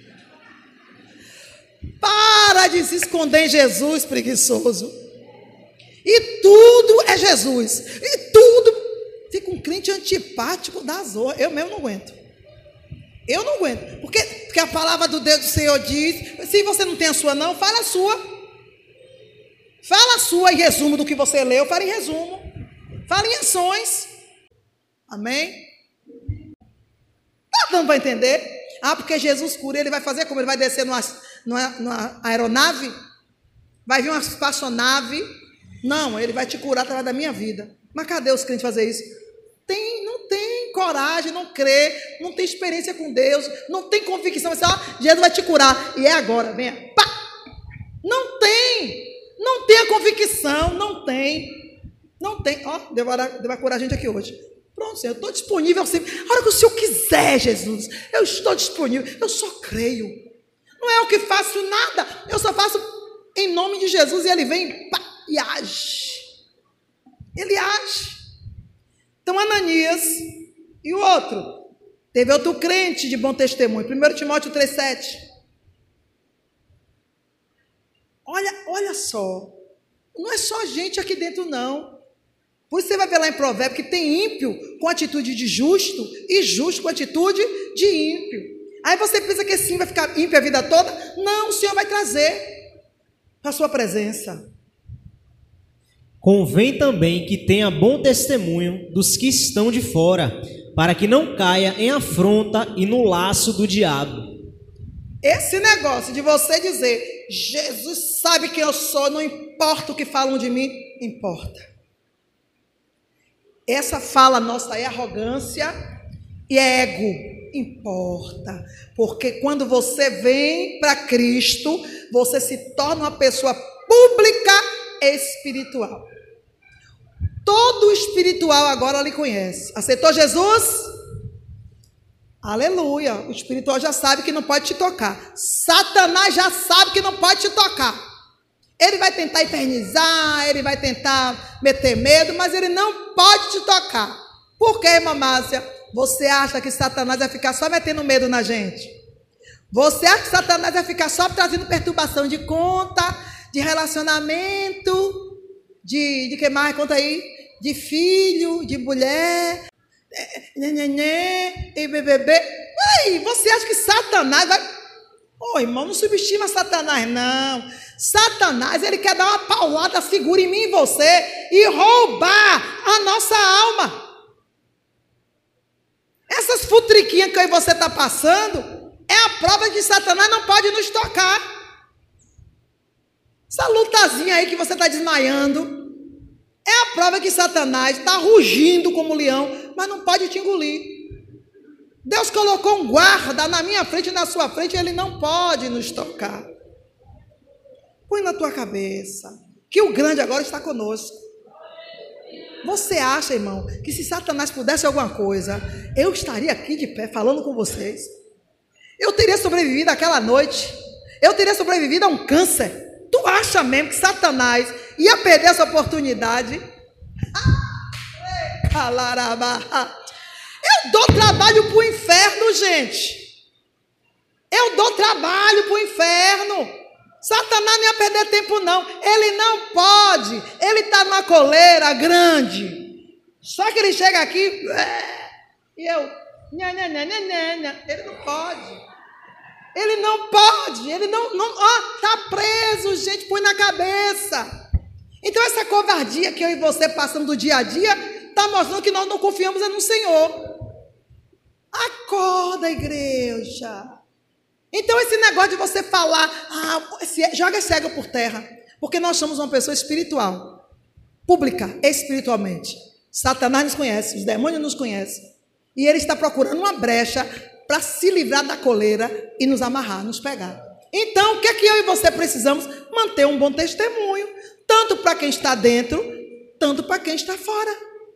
Para de se esconder em Jesus, preguiçoso. E tudo é Jesus. E tudo. Fica um crente antipático da zorra. Eu mesmo não aguento. Eu não aguento. Porque, porque a palavra do Deus do Senhor diz, se você não tem a sua não, fala a sua. Fala a sua em resumo do que você leu, fala em resumo. Fala em ações. Amém? Tá dando para entender? Ah, porque Jesus cura, ele vai fazer como? Ele vai descer numa, numa, numa aeronave? Vai vir uma espaçonave? Não, ele vai te curar através da minha vida. Mas cadê os crentes fazer isso? Tem, não tem coragem, não crê, não tem experiência com Deus, não tem convicção. Vai ser, ó, Jesus vai te curar. E é agora, venha. Pá! Não tem. Não tem a convicção, não tem. Não tem. Ó, Deus vai, Deus vai curar a gente aqui hoje. Pronto, Senhor, eu estou disponível sempre. A hora que o Senhor quiser, Jesus, eu estou disponível. Eu só creio. Não é eu que faço nada. Eu só faço em nome de Jesus e Ele vem pá, e age. Ele age. Então, Ananias e o outro. Teve outro crente de bom testemunho. primeiro Timóteo três, sete. Olha, olha só. Não é só gente aqui dentro, não. Por isso você vai ver lá em Provérbios que tem ímpio com atitude de justo e justo com atitude de ímpio. Aí você pensa que sim vai ficar ímpio a vida toda? Não, o Senhor vai trazer para a sua presença. Convém também que tenha bom testemunho dos que estão de fora, para que não caia em afronta e no laço do diabo. Esse negócio de você dizer, Jesus sabe quem eu sou, não importa o que falam de mim, importa. Essa fala nossa é arrogância e é ego. Importa. Porque quando você vem para Cristo, você se torna uma pessoa pública espiritual. Todo espiritual agora lhe conhece. Aceitou Jesus? Aleluia. O espiritual já sabe que não pode te tocar. Satanás já sabe que não pode te tocar. Ele vai tentar infernizar, ele vai tentar meter medo, mas ele não pode te tocar. Por quê, irmã Márcia? Você acha que Satanás vai ficar só metendo medo na gente? Você acha que Satanás vai ficar só trazendo perturbação de conta, de relacionamento, de, de que mais? Conta aí. De filho, de mulher, nenenê, e bebê. Aí, você acha que Satanás vai... Ô, irmão, não subestima Satanás, não. Satanás, ele quer dar uma paulada, segura em mim e você, e roubar a nossa alma. Essas futriquinhas que eu e você está passando, é a prova de que Satanás não pode nos tocar. Essa lutazinha aí que você está desmaiando, é a prova que Satanás está rugindo como leão, mas não pode te engolir. Deus colocou um guarda na minha frente e na sua frente, e ele não pode nos tocar. Põe na tua cabeça que o grande agora está conosco. você acha, irmão, que se Satanás pudesse alguma coisa, eu estaria aqui de pé falando com vocês? Eu teria sobrevivido àquela noite. Eu teria sobrevivido a um câncer. Tu acha mesmo que Satanás ia perder essa oportunidade? Eu dou trabalho para o inferno, gente. Eu dou trabalho para o inferno. Satanás não ia perder tempo, não. Ele não pode. Ele está numa coleira grande. Só que ele chega aqui e eu... Nha, nha, nha, nha, nha, nha. Ele não pode. Ele não pode. Ele não... não ó, tá preso, gente. Põe na cabeça. Então essa covardia que eu e você passamos do dia a dia está mostrando que nós não confiamos no Senhor. Acorda, igreja. Então esse negócio de você falar, ah, joga cego por terra, porque nós somos uma pessoa espiritual, pública, espiritualmente. Satanás nos conhece, os demônios nos conhecem, e ele está procurando uma brecha para se livrar da coleira e nos amarrar, nos pegar. Então o que é que eu e você precisamos? Manter um bom testemunho, tanto para quem está dentro, tanto para quem está fora.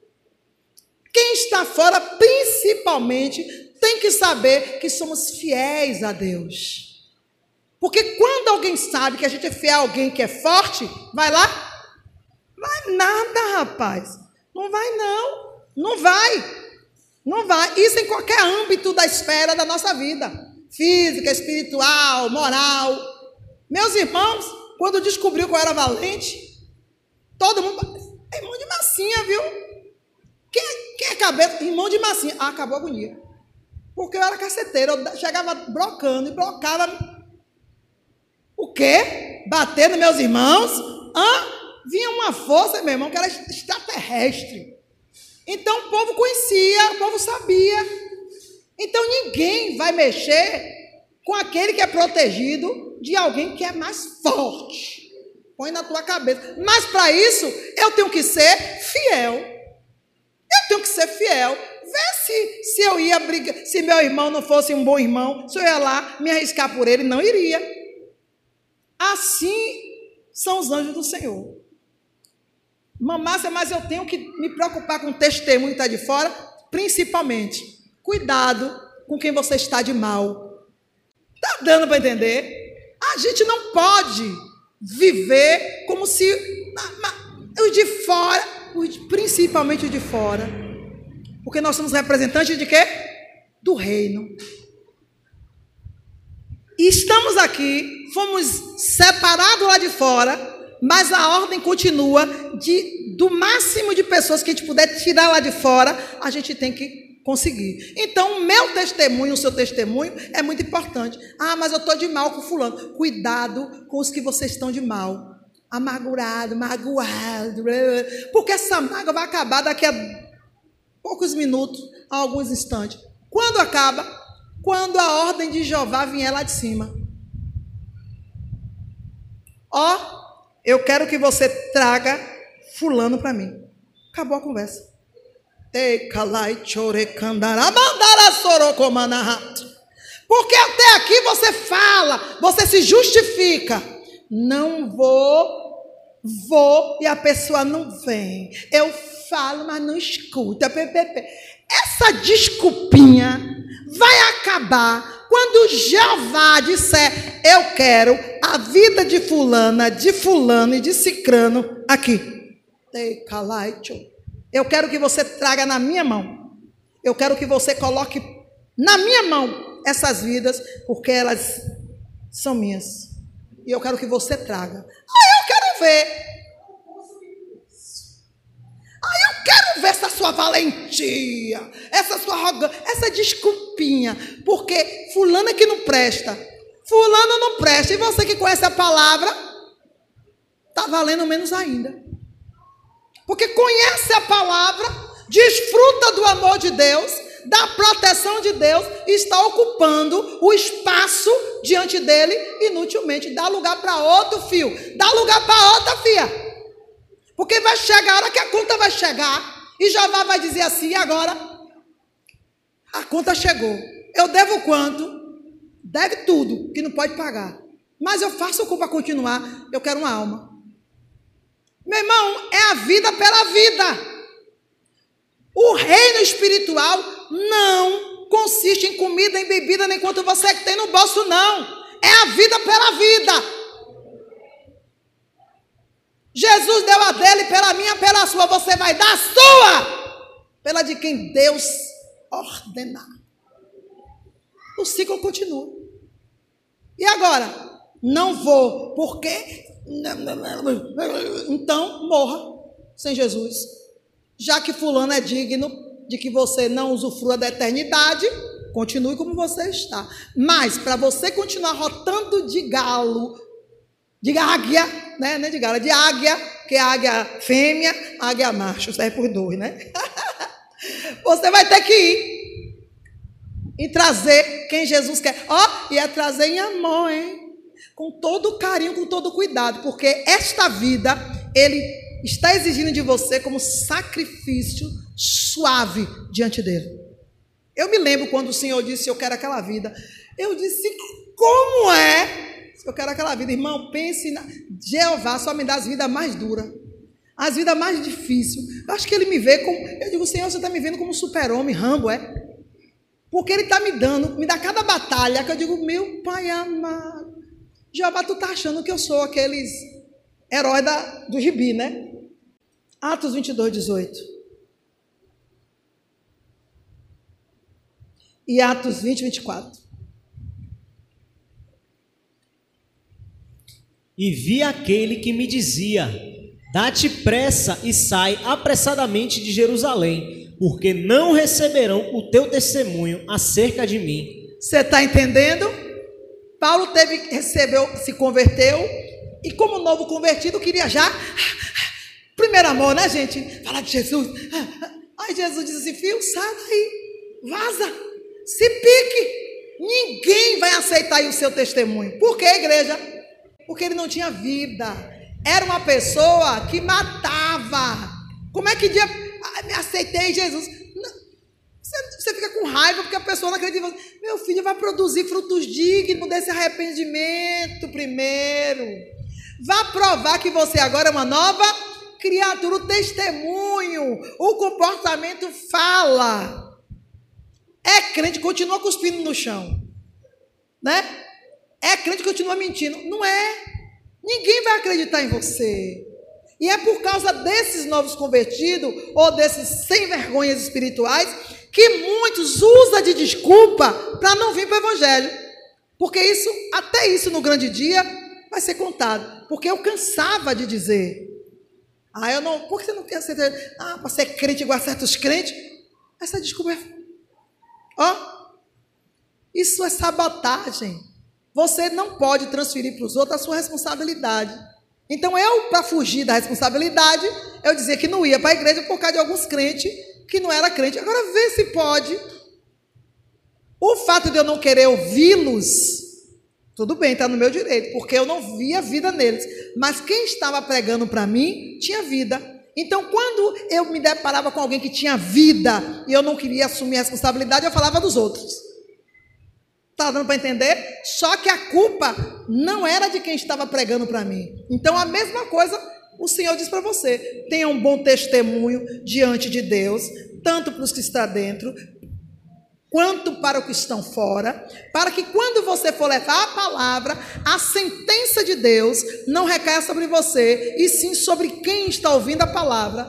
Quem está fora, principalmente, tem que saber que somos fiéis a Deus. Porque quando alguém sabe que a gente é fiel a alguém que é forte, vai lá? Vai nada, rapaz. Não vai, não. Não vai. Não vai. Isso em qualquer âmbito da esfera da nossa vida. Física, espiritual, moral. Meus irmãos, quando descobriu que eu era valente, todo mundo... É irmão de massinha, viu? Quem, quem é cabeça? Irmão de massinha. Ah, acabou a agonia. Porque eu era caceteiro, eu chegava brocando e brocava. O quê? Batendo meus irmãos? Hã? Vinha uma força, meu irmão, que era extraterrestre. Então o povo conhecia, o povo sabia. Então ninguém vai mexer com aquele que é protegido de alguém que é mais forte. Põe na tua cabeça. Mas para isso, eu tenho que ser fiel. Eu tenho que ser fiel. Vê se, se eu ia brigar, se meu irmão não fosse um bom irmão, se eu ia lá me arriscar por ele, não iria. Assim são os anjos do Senhor. Mamácia, mas eu tenho que me preocupar com o testemunho que está de fora, principalmente. Cuidado com quem você está de mal. Está dando para entender? A gente não pode viver como se os de fora, principalmente os de fora, porque nós somos representantes de quê? Do reino. E estamos aqui, fomos separados lá de fora, mas a ordem continua de, do máximo de pessoas que a gente puder tirar lá de fora, a gente tem que conseguir. Então, o meu testemunho, o seu testemunho, é muito importante. Ah, mas eu estou de mal com fulano. Cuidado com os que vocês estão de mal. Amargurado, magoado. Porque essa mágoa vai acabar daqui a poucos minutos, a alguns instantes. Quando acaba? Quando a ordem de Jeová vier lá de cima. Ó, eu quero que você traga fulano para mim. Acabou a conversa. Porque até aqui você fala, você se justifica. Não vou, vou, e a pessoa não vem. Eu falo, mas não escuta. Essa desculpinha vai acabar quando Jeová disser: eu quero a vida de fulana, de fulano e de cicrano aqui. Eu quero que você traga na minha mão. Eu quero que você coloque na minha mão essas vidas, porque elas são minhas. E eu quero que você traga. Ah, eu quero ver. Ah, eu quero ver essa sua valentia, essa sua arrogância, essa desculpinha, porque fulano é que não presta, fulano não presta, e você que conhece a palavra, está valendo menos ainda, porque conhece a palavra, desfruta do amor de Deus, da proteção de Deus, e está ocupando o espaço diante dele, inutilmente, dá lugar para outro fio, dá lugar para outra fia. Porque vai chegar a hora que a conta vai chegar e Jeová vai dizer assim: e agora? A conta chegou. Eu devo quanto? Deve tudo, que não pode pagar. Mas eu faço o que para continuar. Eu quero uma alma. Meu irmão, é a vida pela vida. O reino espiritual não consiste em comida, em bebida, nem quanto você tem no bolso, não. É a vida pela vida. Jesus deu a dele pela minha, pela sua. Você vai dar a sua pela de quem Deus ordenar. O ciclo continua. E agora? Não vou, por quê? Então morra sem Jesus. Já que fulano é digno de que você não usufrua da eternidade, continue como você está. Mas para você continuar rotando de galo, de águia, né? Não é de galo, é de águia, que é águia fêmea, águia macho, serve por dois, né? Você vai ter que ir e trazer quem Jesus quer. Ó, oh, e é trazer em amor, hein? Com todo carinho, com todo cuidado, porque esta vida, Ele está exigindo de você como sacrifício suave diante dele. Eu me lembro quando o Senhor disse, eu quero aquela vida. Eu disse, como é? Eu quero aquela vida. Irmão, pense na... Jeová só me dá as vidas mais duras, as vidas mais difíceis. Eu acho que Ele me vê como... Eu digo, Senhor, você está me vendo como um super-homem, Rambo, é? Porque Ele está me dando, me dá cada batalha, que eu digo, meu Pai amado, Jeová, tu está achando que eu sou aqueles heróis da, do gibi, né? Atos vinte e dois, dezoito. E Atos vinte, vinte e quatro. E vi aquele que me dizia, dá-te pressa e sai apressadamente de Jerusalém, porque não receberão o teu testemunho acerca de mim. Você está entendendo? Paulo teve, recebeu, se converteu, e como novo convertido, queria já, primeiro amor, né, gente? Falar de Jesus. Aí Jesus disse assim, filho, sai daí, vaza, se pique. Ninguém vai aceitar aí o seu testemunho. Por quê, igreja? Porque ele não tinha vida. Era uma pessoa que matava. Como é que dia... Ah, me aceitei Jesus. Você, você fica com raiva porque a pessoa não acredita em você. Meu filho vai produzir frutos dignos desse arrependimento primeiro. Vá provar que você agora é uma nova criatura. O testemunho, o comportamento fala. É crente, continua cuspindo no chão, né? É crente, continua mentindo. Não é. Ninguém vai acreditar em você. E é por causa desses novos convertidos, ou desses sem vergonhas espirituais, que muitos usam de desculpa para não vir para o evangelho. Porque isso, até isso no grande dia, vai ser contado. Porque eu cansava de dizer, ah, eu não, por que você não quer ser, ah, para ser crente igual a certos crentes? Essa desculpa é, ó, isso é sabotagem. Você não pode transferir para os outros a sua responsabilidade. Então eu, para fugir da responsabilidade, eu dizia que não ia para a igreja por causa de alguns crentes que não era crente. Agora vê se pode. O fato de eu não querer ouvi-los, tudo bem, está no meu direito, porque eu não via vida neles. Mas quem estava pregando para mim, tinha vida. Então quando eu me deparava com alguém que tinha vida, e eu não queria assumir a responsabilidade, eu falava dos outros. Está dando para entender? Só que a culpa não era de quem estava pregando para mim. Então a mesma coisa o Senhor diz para você. Tenha um bom testemunho diante de Deus, tanto para os que estão dentro, quanto para os que estão fora, para que quando você for levar a palavra, a sentença de Deus não recaia sobre você, e sim sobre quem está ouvindo a palavra.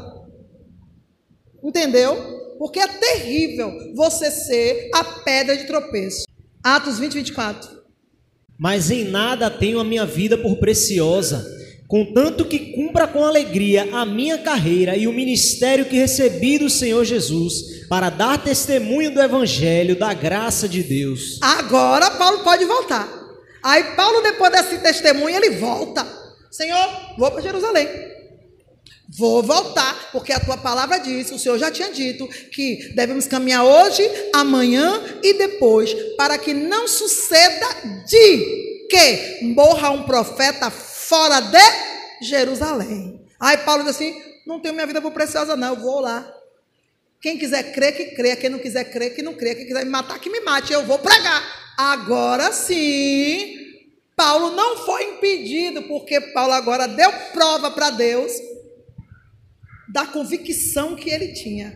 Entendeu? Porque é terrível você ser a pedra de tropeço. Atos vinte, vinte e quatro. Mas em nada tenho a minha vida por preciosa, contanto que cumpra com alegria a minha carreira e o ministério que recebi do Senhor Jesus, para dar testemunho do evangelho, da graça de Deus. Agora Paulo pode voltar. Aí Paulo, depois desse testemunho, ele volta. Senhor, vou para Jerusalém. Vou voltar, porque a tua palavra diz, o Senhor já tinha dito, que devemos caminhar hoje, amanhã e depois, para que não suceda de que morra um profeta fora de Jerusalém. Aí Paulo diz assim, não tenho minha vida por preciosa não, eu vou lá. Quem quiser crer, que crê, quem não quiser crer, que não crê, quem quiser me matar, que me mate, eu vou pregar. Agora sim, Paulo não foi impedido, porque Paulo agora deu prova para Deus da convicção que ele tinha.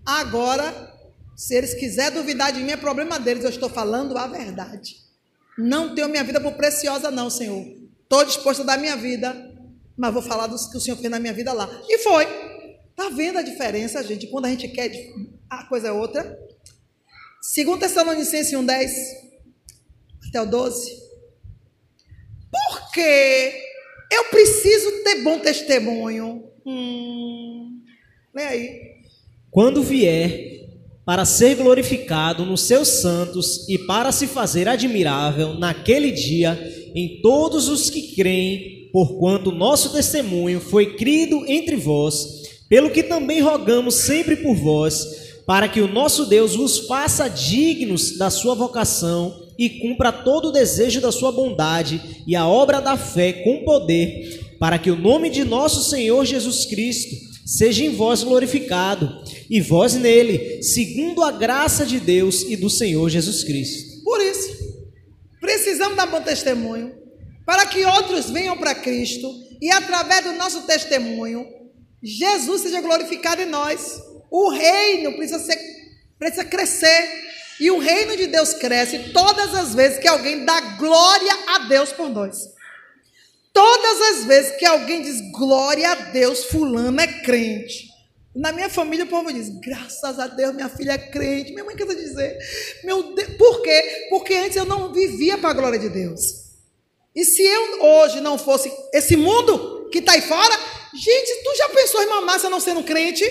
Agora, se eles quiserem duvidar de mim, é problema deles. Eu estou falando a verdade. Não tenho minha vida por preciosa não, Senhor. Estou disposto a dar minha vida, mas vou falar do que o Senhor fez na minha vida lá. E foi. Está vendo a diferença, gente? Quando a gente quer, a coisa é outra. Segundo Tessalonicenses um, dez até o doze. Por que eu preciso ter bom testemunho? Hum, lê aí. Quando vier para ser glorificado nos seus santos e para se fazer admirável naquele dia em todos os que creem, porquanto nosso testemunho foi crido entre vós, pelo que também rogamos sempre por vós, para que o nosso Deus vos faça dignos da sua vocação e cumpra todo o desejo da sua bondade e a obra da fé com poder, para que o nome de nosso Senhor Jesus Cristo seja em vós glorificado, e vós nele, segundo a graça de Deus e do Senhor Jesus Cristo. Por isso, precisamos dar bom testemunho, para que outros venham para Cristo, e através do nosso testemunho, Jesus seja glorificado em nós. O reino precisa, ser, precisa crescer, e o reino de Deus cresce todas as vezes que alguém dá glória a Deus por nós. Todas as vezes que alguém diz glória a Deus, fulano é crente. Na minha família o povo diz, graças a Deus minha filha é crente. Minha mãe quer dizer, meu Deus, por quê? Porque antes eu não vivia para a glória de Deus. E se eu hoje não fosse esse mundo que está aí fora, gente, tu já pensou em mamar se eu não sendo crente?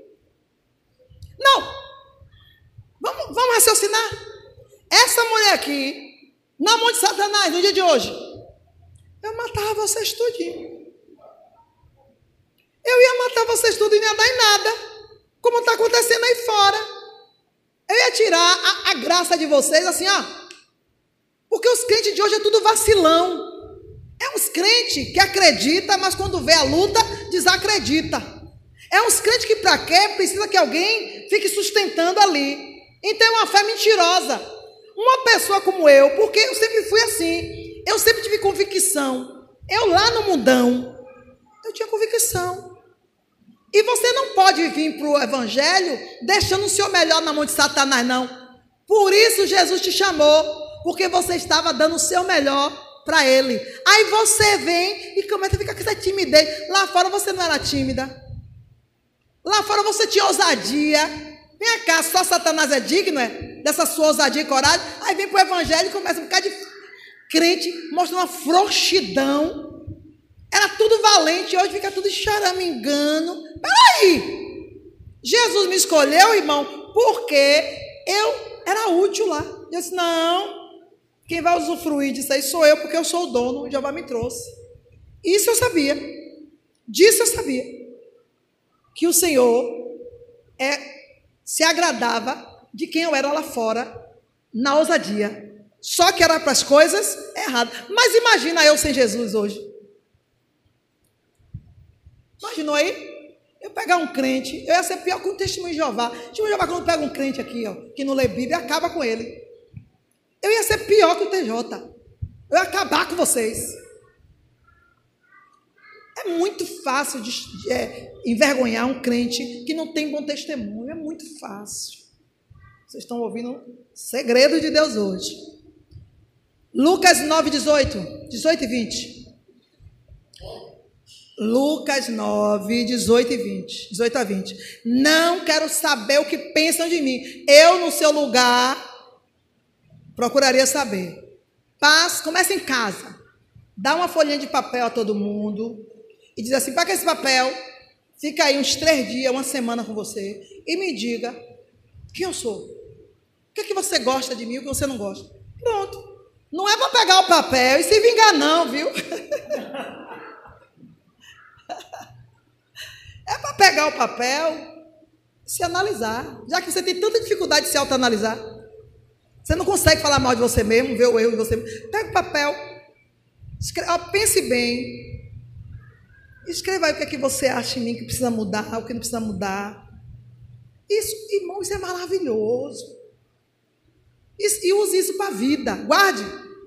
Não. Vamos, vamos raciocinar. Essa mulher aqui, na mão de Satanás, no dia de hoje, eu matava vocês tudinho. Eu ia matar vocês tudo e não ia dar em nada, como está acontecendo aí fora. Eu ia tirar a, a graça de vocês assim, ó. Porque os crentes de hoje é tudo vacilão. É uns crentes que acredita, mas quando vê a luta, desacredita. É uns crentes que para quê? Precisa que alguém fique sustentando ali. Então é uma fé mentirosa. Uma pessoa como eu, porque eu sempre fui assim, eu sempre tive convicção. Eu lá no mundão, eu tinha convicção. E você não pode vir para o evangelho deixando o seu melhor na mão de Satanás, não. Por isso Jesus te chamou, porque você estava dando o seu melhor para ele. Aí você vem e começa a ficar com essa timidez. Lá fora você não era tímida. Lá fora você tinha ousadia. Vem cá, só Satanás é digno, é? Dessa sua ousadia e coragem. Aí vem para o evangelho e começa a ficar de crente, mostra uma frouxidão. Era tudo valente, hoje fica tudo choramingando. Peraí, Jesus me escolheu, irmão, porque eu era útil lá. Eu disse, não, quem vai usufruir disso aí sou eu, porque eu sou o dono, o Jeová me trouxe. Isso eu sabia, disso eu sabia, que o Senhor é, se agradava de quem eu era lá fora, na ousadia. Só que era para as coisas erradas. Mas imagina eu sem Jesus hoje. Imaginou aí? Eu pegar um crente, eu ia ser pior que um testemunho de Jeová. Testemunho de Jeová, quando pega um crente aqui, ó, que não lê Bíblia, acaba com ele. Eu ia ser pior que o T J. Eu ia acabar com vocês. É muito fácil de, de é, envergonhar um crente que não tem bom testemunho. É muito fácil. Vocês estão ouvindo o segredo de Deus hoje. Lucas nove, dezoito. dezoito e vinte. Lucas nove, dezoito e vinte. dezoito a vinte. Não quero saber o que pensam de mim. Eu, no seu lugar, procuraria saber. Paz, começa em casa. Dá uma folhinha de papel a todo mundo. E diz assim, pega esse papel, fica aí uns três dias, uma semana com você. E me diga quem eu sou. O que é que você gosta de mim e o que você não gosta. Pronto. Não é para pegar o papel e se vingar não, viu? É para pegar o papel e se analisar. Já que você tem tanta dificuldade de se autoanalisar. Você não consegue falar mal de você mesmo, ver o erro de você mesmo. Pega o papel, escreve, ó, pense bem. Escreva aí o que é que você acha em mim que precisa mudar, o que não precisa mudar. Isso, irmão, isso é maravilhoso. Isso, e use isso para a vida. Guarde.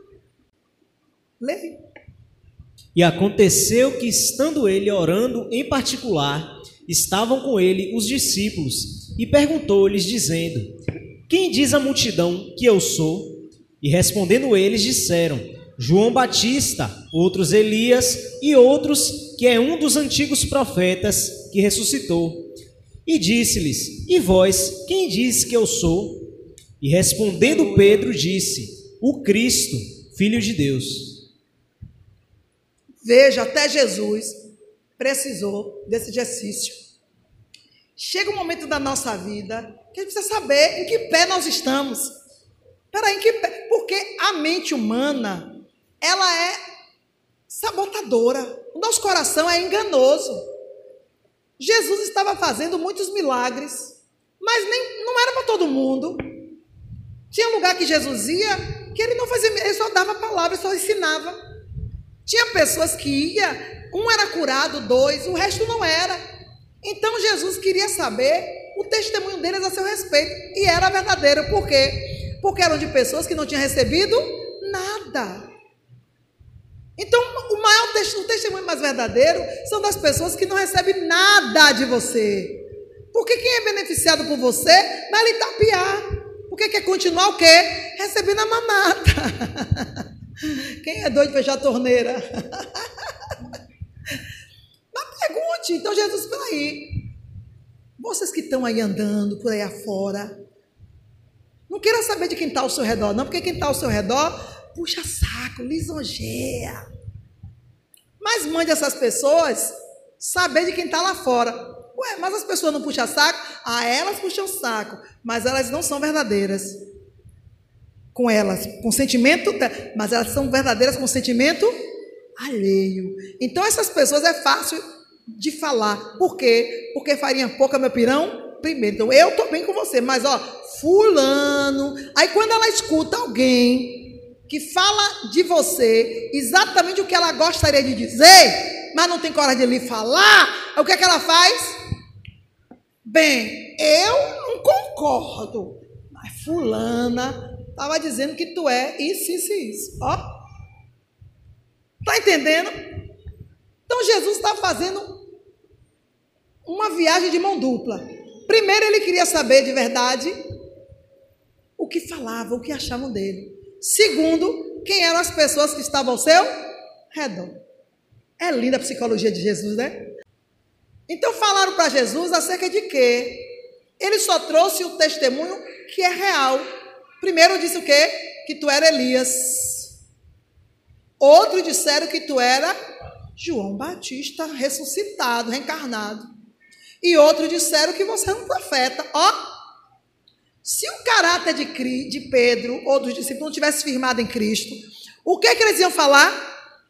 Leia. E aconteceu que, estando ele orando em particular, estavam com ele os discípulos, e perguntou-lhes, dizendo: quem diz a multidão que eu sou? E respondendo eles, disseram: João Batista, outros Elias e outros que é um dos antigos profetas que ressuscitou. E disse-lhes: e vós, quem diz que eu sou? E respondendo Pedro, disse: o Cristo, Filho de Deus. Veja, até Jesus precisou desse exercício. Chega um momento da nossa vida que a gente precisa saber em que pé nós estamos. Peraí, em que pé? Porque a mente humana, ela é sabotadora. O nosso coração é enganoso. Jesus estava fazendo muitos milagres, mas nem, não era para todo mundo. Tinha lugar que Jesus ia que ele não fazia, ele só dava palavra, só ensinava. Tinha pessoas que ia, um era curado, dois, o resto não era. Então Jesus queria saber o testemunho deles a seu respeito, e era verdadeiro. Por quê? Porque eram de pessoas que não tinham recebido nada. Então o maior o testemunho mais verdadeiro são das pessoas que não recebem nada de você. Porque quem é beneficiado por você vai lhe tapear. Porque quer continuar o quê? Recebendo a mamata. Quem é doido de fechar a torneira? Mas pergunte. Então Jesus, peraí. Vocês que estão aí andando por aí afora, não queira saber de quem está ao seu redor, não. Porque quem está ao seu redor puxa saco, lisonjeia. Mas mande essas pessoas saber de quem está lá fora. Ué, mas as pessoas não puxam saco? Ah, elas puxam saco, mas elas não são verdadeiras com elas, com sentimento, mas elas são verdadeiras com sentimento alheio. Então essas pessoas é fácil de falar. Por quê? Porque farinha pouca, meu pirão, primeiro. Então eu estou bem com você, mas ó, fulano. Aí quando ela escuta alguém que fala de você exatamente o que ela gostaria de dizer, mas não tem coragem de lhe falar, o que é que ela faz? Bem, eu não concordo, mas fulana estava dizendo que tu é isso, isso e isso. Ó, tá entendendo? Então Jesus está fazendo uma viagem de mão dupla. Primeiro ele queria saber de verdade o que falavam, o que achavam dele. Segundo, quem eram as pessoas que estavam ao seu redor. É linda a psicologia de Jesus, né? Então falaram para Jesus acerca de quê? Ele só trouxe o testemunho que é real. Primeiro disse o quê? Que tu era Elias. Outro disseram que tu era João Batista ressuscitado, reencarnado. E outros disseram que você é um profeta. Ó, se o caráter de, de Pedro ou dos discípulos não tivesse firmado em Cristo, o que, que eles iam falar?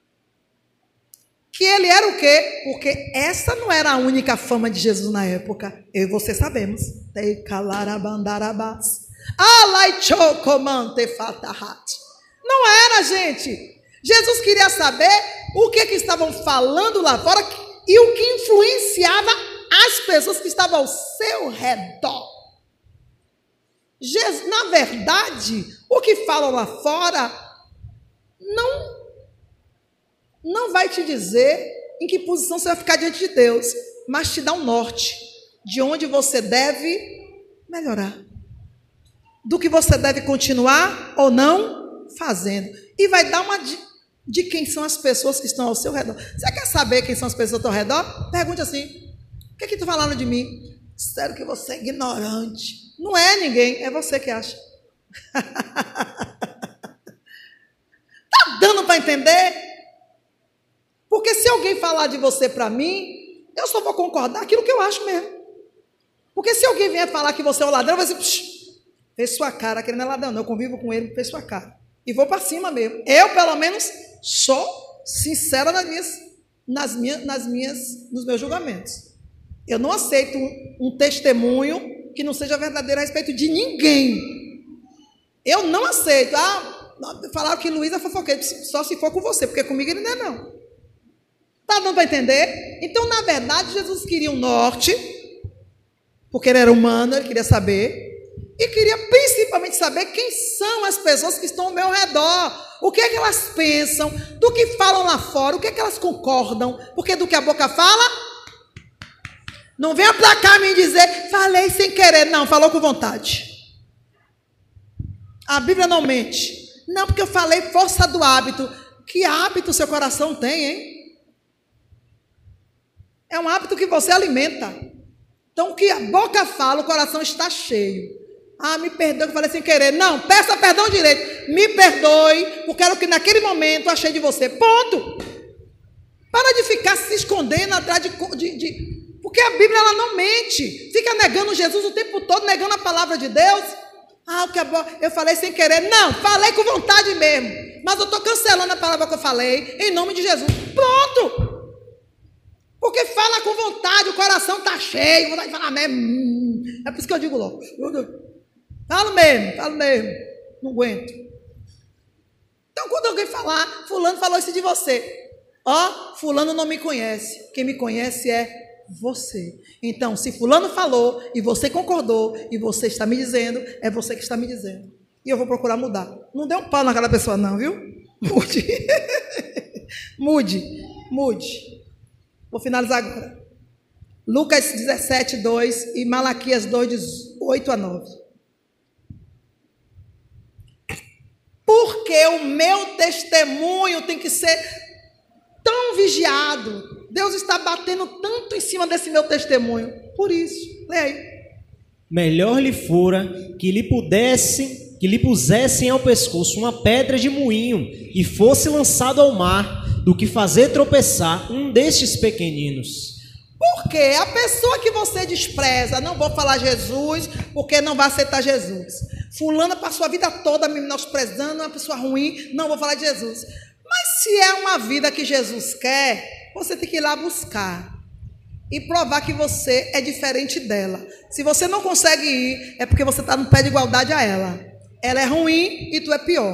Que ele era o quê? Porque essa não era a única fama de Jesus na época. Eu e você sabemos. Não era, gente. Jesus queria saber o que, que estavam falando lá fora e o que influenciava as pessoas que estavam ao seu redor. Jesus, na verdade, o que falam lá fora não, não vai te dizer em que posição você vai ficar diante de Deus, mas te dá um norte de onde você deve melhorar, do que você deve continuar ou não fazendo. E vai dar uma de, de quem são as pessoas que estão ao seu redor. Você quer saber quem são as pessoas ao seu redor? Pergunte assim: o que é que tu falando de mim? Sério que você é ignorante. Não é ninguém, é você que acha. Tá dando para entender? Porque se alguém falar de você para mim, eu só vou concordar aquilo que eu acho mesmo. Porque se alguém vier falar que você é um ladrão, eu vou dizer: fez sua cara, aquele não é ladrão, não, eu convivo com ele, fez sua cara. E vou para cima mesmo. Eu, pelo menos, sou sincera nas minhas, nas minhas, nas minhas, nos meus julgamentos. Eu não aceito um, um testemunho que não seja verdadeiro a respeito de ninguém. Eu não aceito. Ah, falaram que Luiz é fofoqueiro, só se for com você, porque comigo ele não é não. Tá dando para entender? Então, na verdade, Jesus queria um norte, porque ele era humano, ele queria saber, e queria principalmente saber quem são as pessoas que estão ao meu redor, o que é que elas pensam, do que falam lá fora, o que é que elas concordam, porque do que a boca fala, Não venha para cá me dizer, falei sem querer. Não, falou com vontade. A Bíblia não mente. Não, porque eu falei força do hábito. Que hábito seu coração tem, hein? É um hábito que você alimenta. Então, o que a boca fala, o coração está cheio. Ah, me perdoe que eu falei sem querer. Não, peça perdão direito. Me perdoe, porque era o que naquele momento eu achei de você. Ponto. Para de ficar se escondendo atrás de... de, de porque a Bíblia ela não mente. Fica negando Jesus o tempo todo, negando a palavra de Deus. Ah, o que eu falei sem querer. Não, falei com vontade mesmo. Mas eu estou cancelando a palavra que eu falei, em nome de Jesus. Pronto. Porque fala com vontade, o coração está cheio, vontade de falar mesmo. É por isso que eu digo logo. Falo mesmo, falo mesmo. Não aguento. Então, quando alguém falar, fulano falou isso de você. Ó, fulano não me conhece. Quem me conhece é você. Então, se fulano falou e você concordou e você está me dizendo, é você que está me dizendo. E eu vou procurar mudar. Não dê um pau naquela pessoa não, viu? Mude. Mude. Mude. Vou finalizar agora. Lucas dezessete, dois e Malaquias dois, oito a nove. Porque o meu testemunho tem que ser tão vigiado. Deus está batendo tanto em cima desse meu testemunho. Por isso, leia aí. Melhor lhe fora que lhe pudessem, que lhe pusessem ao pescoço uma pedra de moinho e fosse lançado ao mar, do que fazer tropeçar um destes pequeninos. Porque a pessoa que você despreza, não vou falar Jesus, porque não vai aceitar Jesus. Fulana passou a vida toda me menosprezando, é uma pessoa ruim, não vou falar de Jesus. Mas se é uma vida que Jesus quer, você tem que ir lá buscar e provar que você é diferente dela. Se você não consegue ir, é porque você está no pé de igualdade a ela. Ela é ruim e tu é pior.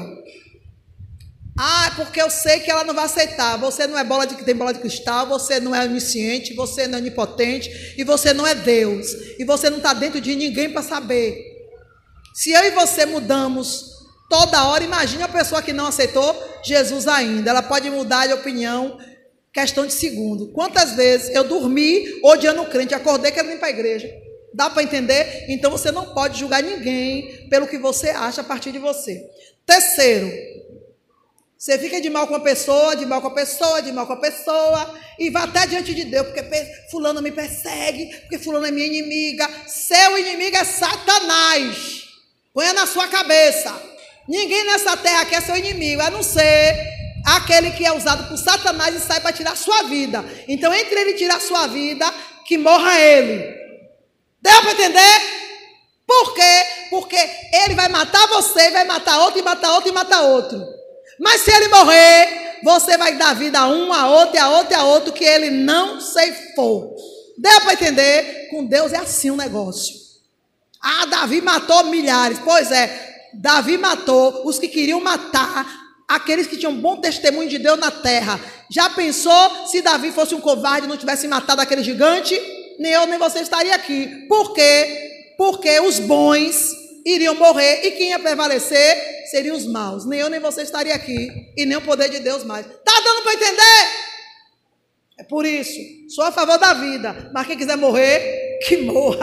Ah, porque eu sei que ela não vai aceitar. Você não é bola de tem bola de cristal, você não é onisciente, você não é onipotente e você não é Deus. E você não está dentro de ninguém para saber. Se eu e você mudamos toda hora, imagine a pessoa que não aceitou Jesus ainda. Ela pode mudar de opinião, questão de segundo. Quantas vezes eu dormi odiando o crente, acordei querendo ir para a igreja. Dá para entender? Então você não pode julgar ninguém pelo que você acha a partir de você. Terceiro, você fica de mal com a pessoa, de mal com a pessoa, de mal com a pessoa, e vai até diante de Deus, porque fulano me persegue, porque fulano é minha inimiga. Seu inimigo é Satanás. Ponha na sua cabeça. Ninguém nessa terra aqui é seu inimigo, a não ser aquele que é usado por Satanás e sai para tirar a sua vida. Então, entre ele tirar a sua vida, que morra ele. Deu para entender? Por quê? Porque ele vai matar você, vai matar outro, e matar outro, e matar outro. Mas se ele morrer, você vai dar vida a um, a outro, e a outro, e a outro, que ele não ceifou. Deu para entender? Com Deus é assim o negócio. Ah, Davi matou milhares. Pois é, Davi matou os que queriam matar aqueles que tinham bom testemunho de Deus na terra. Já pensou se Davi fosse um covarde e não tivesse matado aquele gigante? Nem eu, nem você estaria aqui. Por quê? Porque os bons iriam morrer e quem ia prevalecer seriam os maus. Nem eu, nem você estaria aqui e nem o poder de Deus mais. Tá dando para entender? É por isso, sou a favor da vida, mas quem quiser morrer, que morra.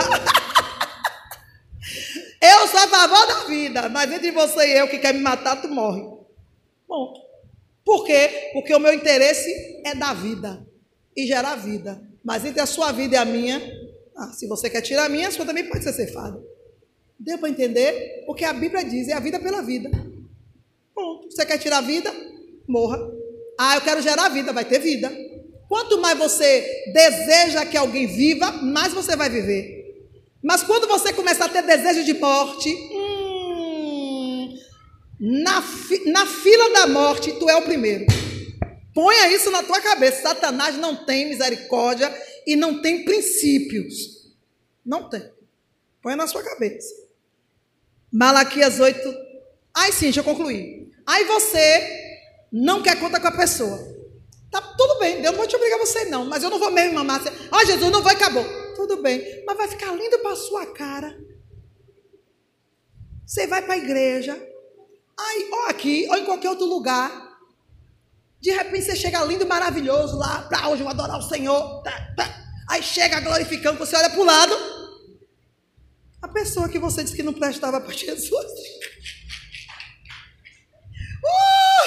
Eu sou a favor da vida, mas entre você e eu que quer me matar, tu morre. Bom, por quê? Porque o meu interesse é dar vida e gerar vida. Mas entre a sua vida e a minha, ah, se você quer tirar a minha, a sua também pode ser ceifada. Deu para entender? Porque a Bíblia diz, é a vida pela vida. Pronto, você quer tirar a vida? Morra. Ah, eu quero gerar vida, vai ter vida. Quanto mais você deseja que alguém viva, mais você vai viver. Mas quando você começar a ter desejo de morte, hum, na, fi, na fila da morte, tu é o primeiro. Ponha isso na tua cabeça. Satanás não tem misericórdia e não tem princípios. Não tem. Ponha na sua cabeça. Malaquias oito. Ai, sim, deixa eu concluir. Aí você não quer conta com a pessoa. Tá tudo bem, Deus não vai te obrigar a você não, mas eu não vou mesmo mamar. Ah, Jesus, não vai, acabou. Tudo bem, mas vai ficar lindo para a sua cara. Você vai para a igreja, aí, ou aqui, ou em qualquer outro lugar. De repente você chega lindo, maravilhoso lá, para hoje eu adorar o Senhor. Tá, tá. Aí chega glorificando, você olha para o lado, a pessoa que você disse que não prestava para Jesus. Uh!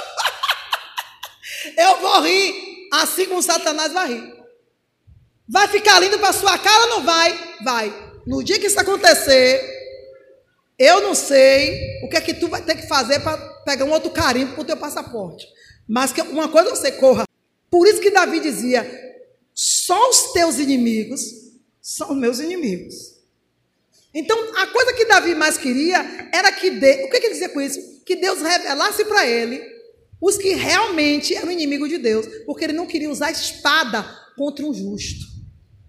Eu vou rir, assim como Satanás vai rir. Vai ficar lindo para sua cara ou não vai? Vai. No dia que isso acontecer, eu não sei o que é que tu vai ter que fazer para pegar um outro carimbo para o teu passaporte. Mas que uma coisa você corra. Por isso que Davi dizia, só os teus inimigos são meus inimigos. Então, a coisa que Davi mais queria era que Deus, o que ele dizia com isso? Que Deus revelasse para ele os que realmente eram inimigos de Deus, porque ele não queria usar a espada contra um justo.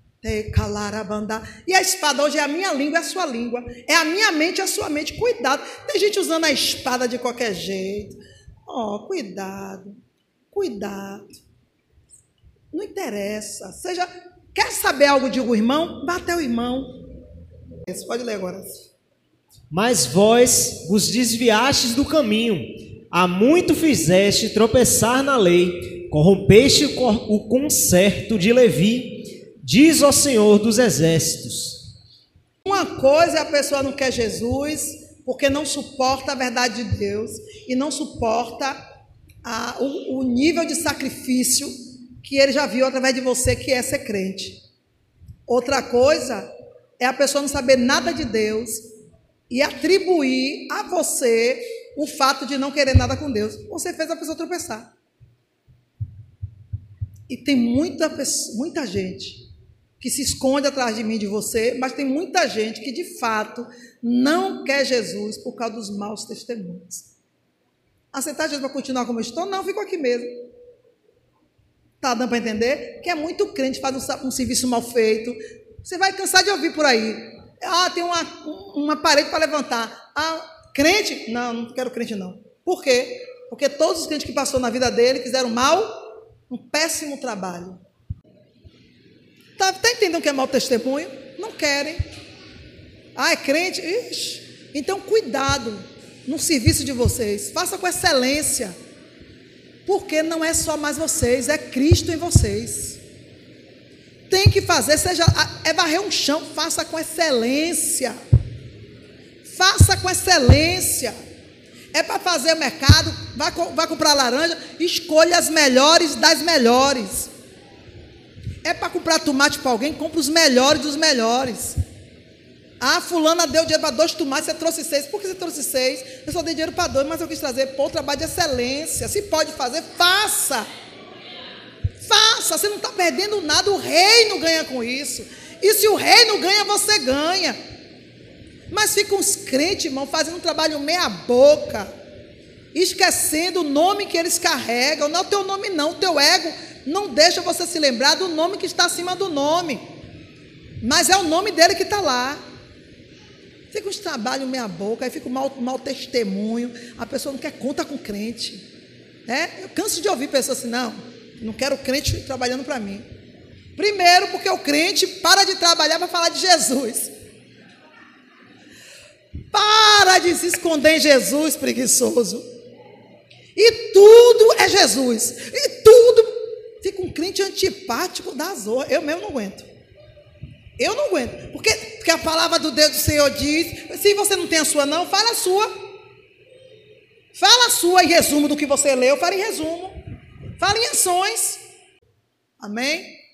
E a espada hoje é a minha língua, é a sua língua, é a minha mente, é a sua mente. Cuidado, tem gente usando a espada de qualquer jeito. Oh, cuidado, cuidado. Não interessa. Seja, quer saber algo de um irmão? Vá até o irmão. Você pode ler agora. Mas vós vos desviastes do caminho, há muito fizeste tropeçar na lei, corrompeste o concerto de Levi, diz o Senhor dos Exércitos. Uma coisa é a pessoa não quer Jesus, porque não suporta a verdade de Deus, e não suporta a, o, o nível de sacrifício que ele já viu através de você, que é ser crente. Outra coisa é a pessoa não saber nada de Deus e atribuir a você o fato de não querer nada com Deus. Você fez a pessoa tropeçar. E tem muita, muita gente que se esconde atrás de mim e de você, mas tem muita gente que, de fato, não quer Jesus por causa dos maus testemunhos. Aceitar Jesus para continuar como eu estou? Não, fico aqui mesmo. Está dando para entender? Que é muito crente, faz um, um serviço mal feito. Você vai cansar de ouvir por aí. Ah, tem uma, uma parede para levantar. Ah, crente? Não, não quero crente não. Por quê? Porque todos os crentes que passaram na vida dele fizeram mal, um péssimo trabalho. Está tá entendendo o que é mau testemunho? Não querem. Ah, é crente? Ixi. Então, cuidado no serviço de vocês. Faça com excelência. Porque não é só mais vocês, é Cristo em vocês. Tem que fazer, seja, é varrer um chão, faça com excelência. Faça com excelência. É para fazer o mercado, vai, vai comprar laranja, escolha as melhores das melhores. É para comprar tomate para alguém, compra os melhores dos melhores. Ah, fulana deu dinheiro para dois tomates, você trouxe seis. Por que você trouxe seis? Eu só dei dinheiro para dois, mas eu quis trazer para o trabalho de excelência. Se pode fazer, faça. Faça, você não está perdendo nada, o reino ganha com isso. E se o reino ganha, você ganha. Mas ficam os crentes, irmão, fazendo um trabalho meia boca, esquecendo o nome que eles carregam. Não é o teu nome não, o teu ego não deixa você se lembrar do nome que está acima do nome. Mas é o nome dele que está lá. Fica uns trabalhos meia boca, aí fica um mau, mau testemunho, a pessoa não quer conta com crente. É? Eu canso de ouvir pessoas assim, não, não quero crente trabalhando para mim. Primeiro, porque o crente para de trabalhar para falar de Jesus. Para de se esconder em Jesus, preguiçoso. E tudo é Jesus. E tudo. Fica um crente antipático da zorra. Eu mesmo não aguento. Eu não aguento, porque, porque a palavra do Deus do Senhor diz, se você não tem a sua não, fala a sua. Fala a sua em resumo do que você leu, fala em resumo. Fala em ações. Amém?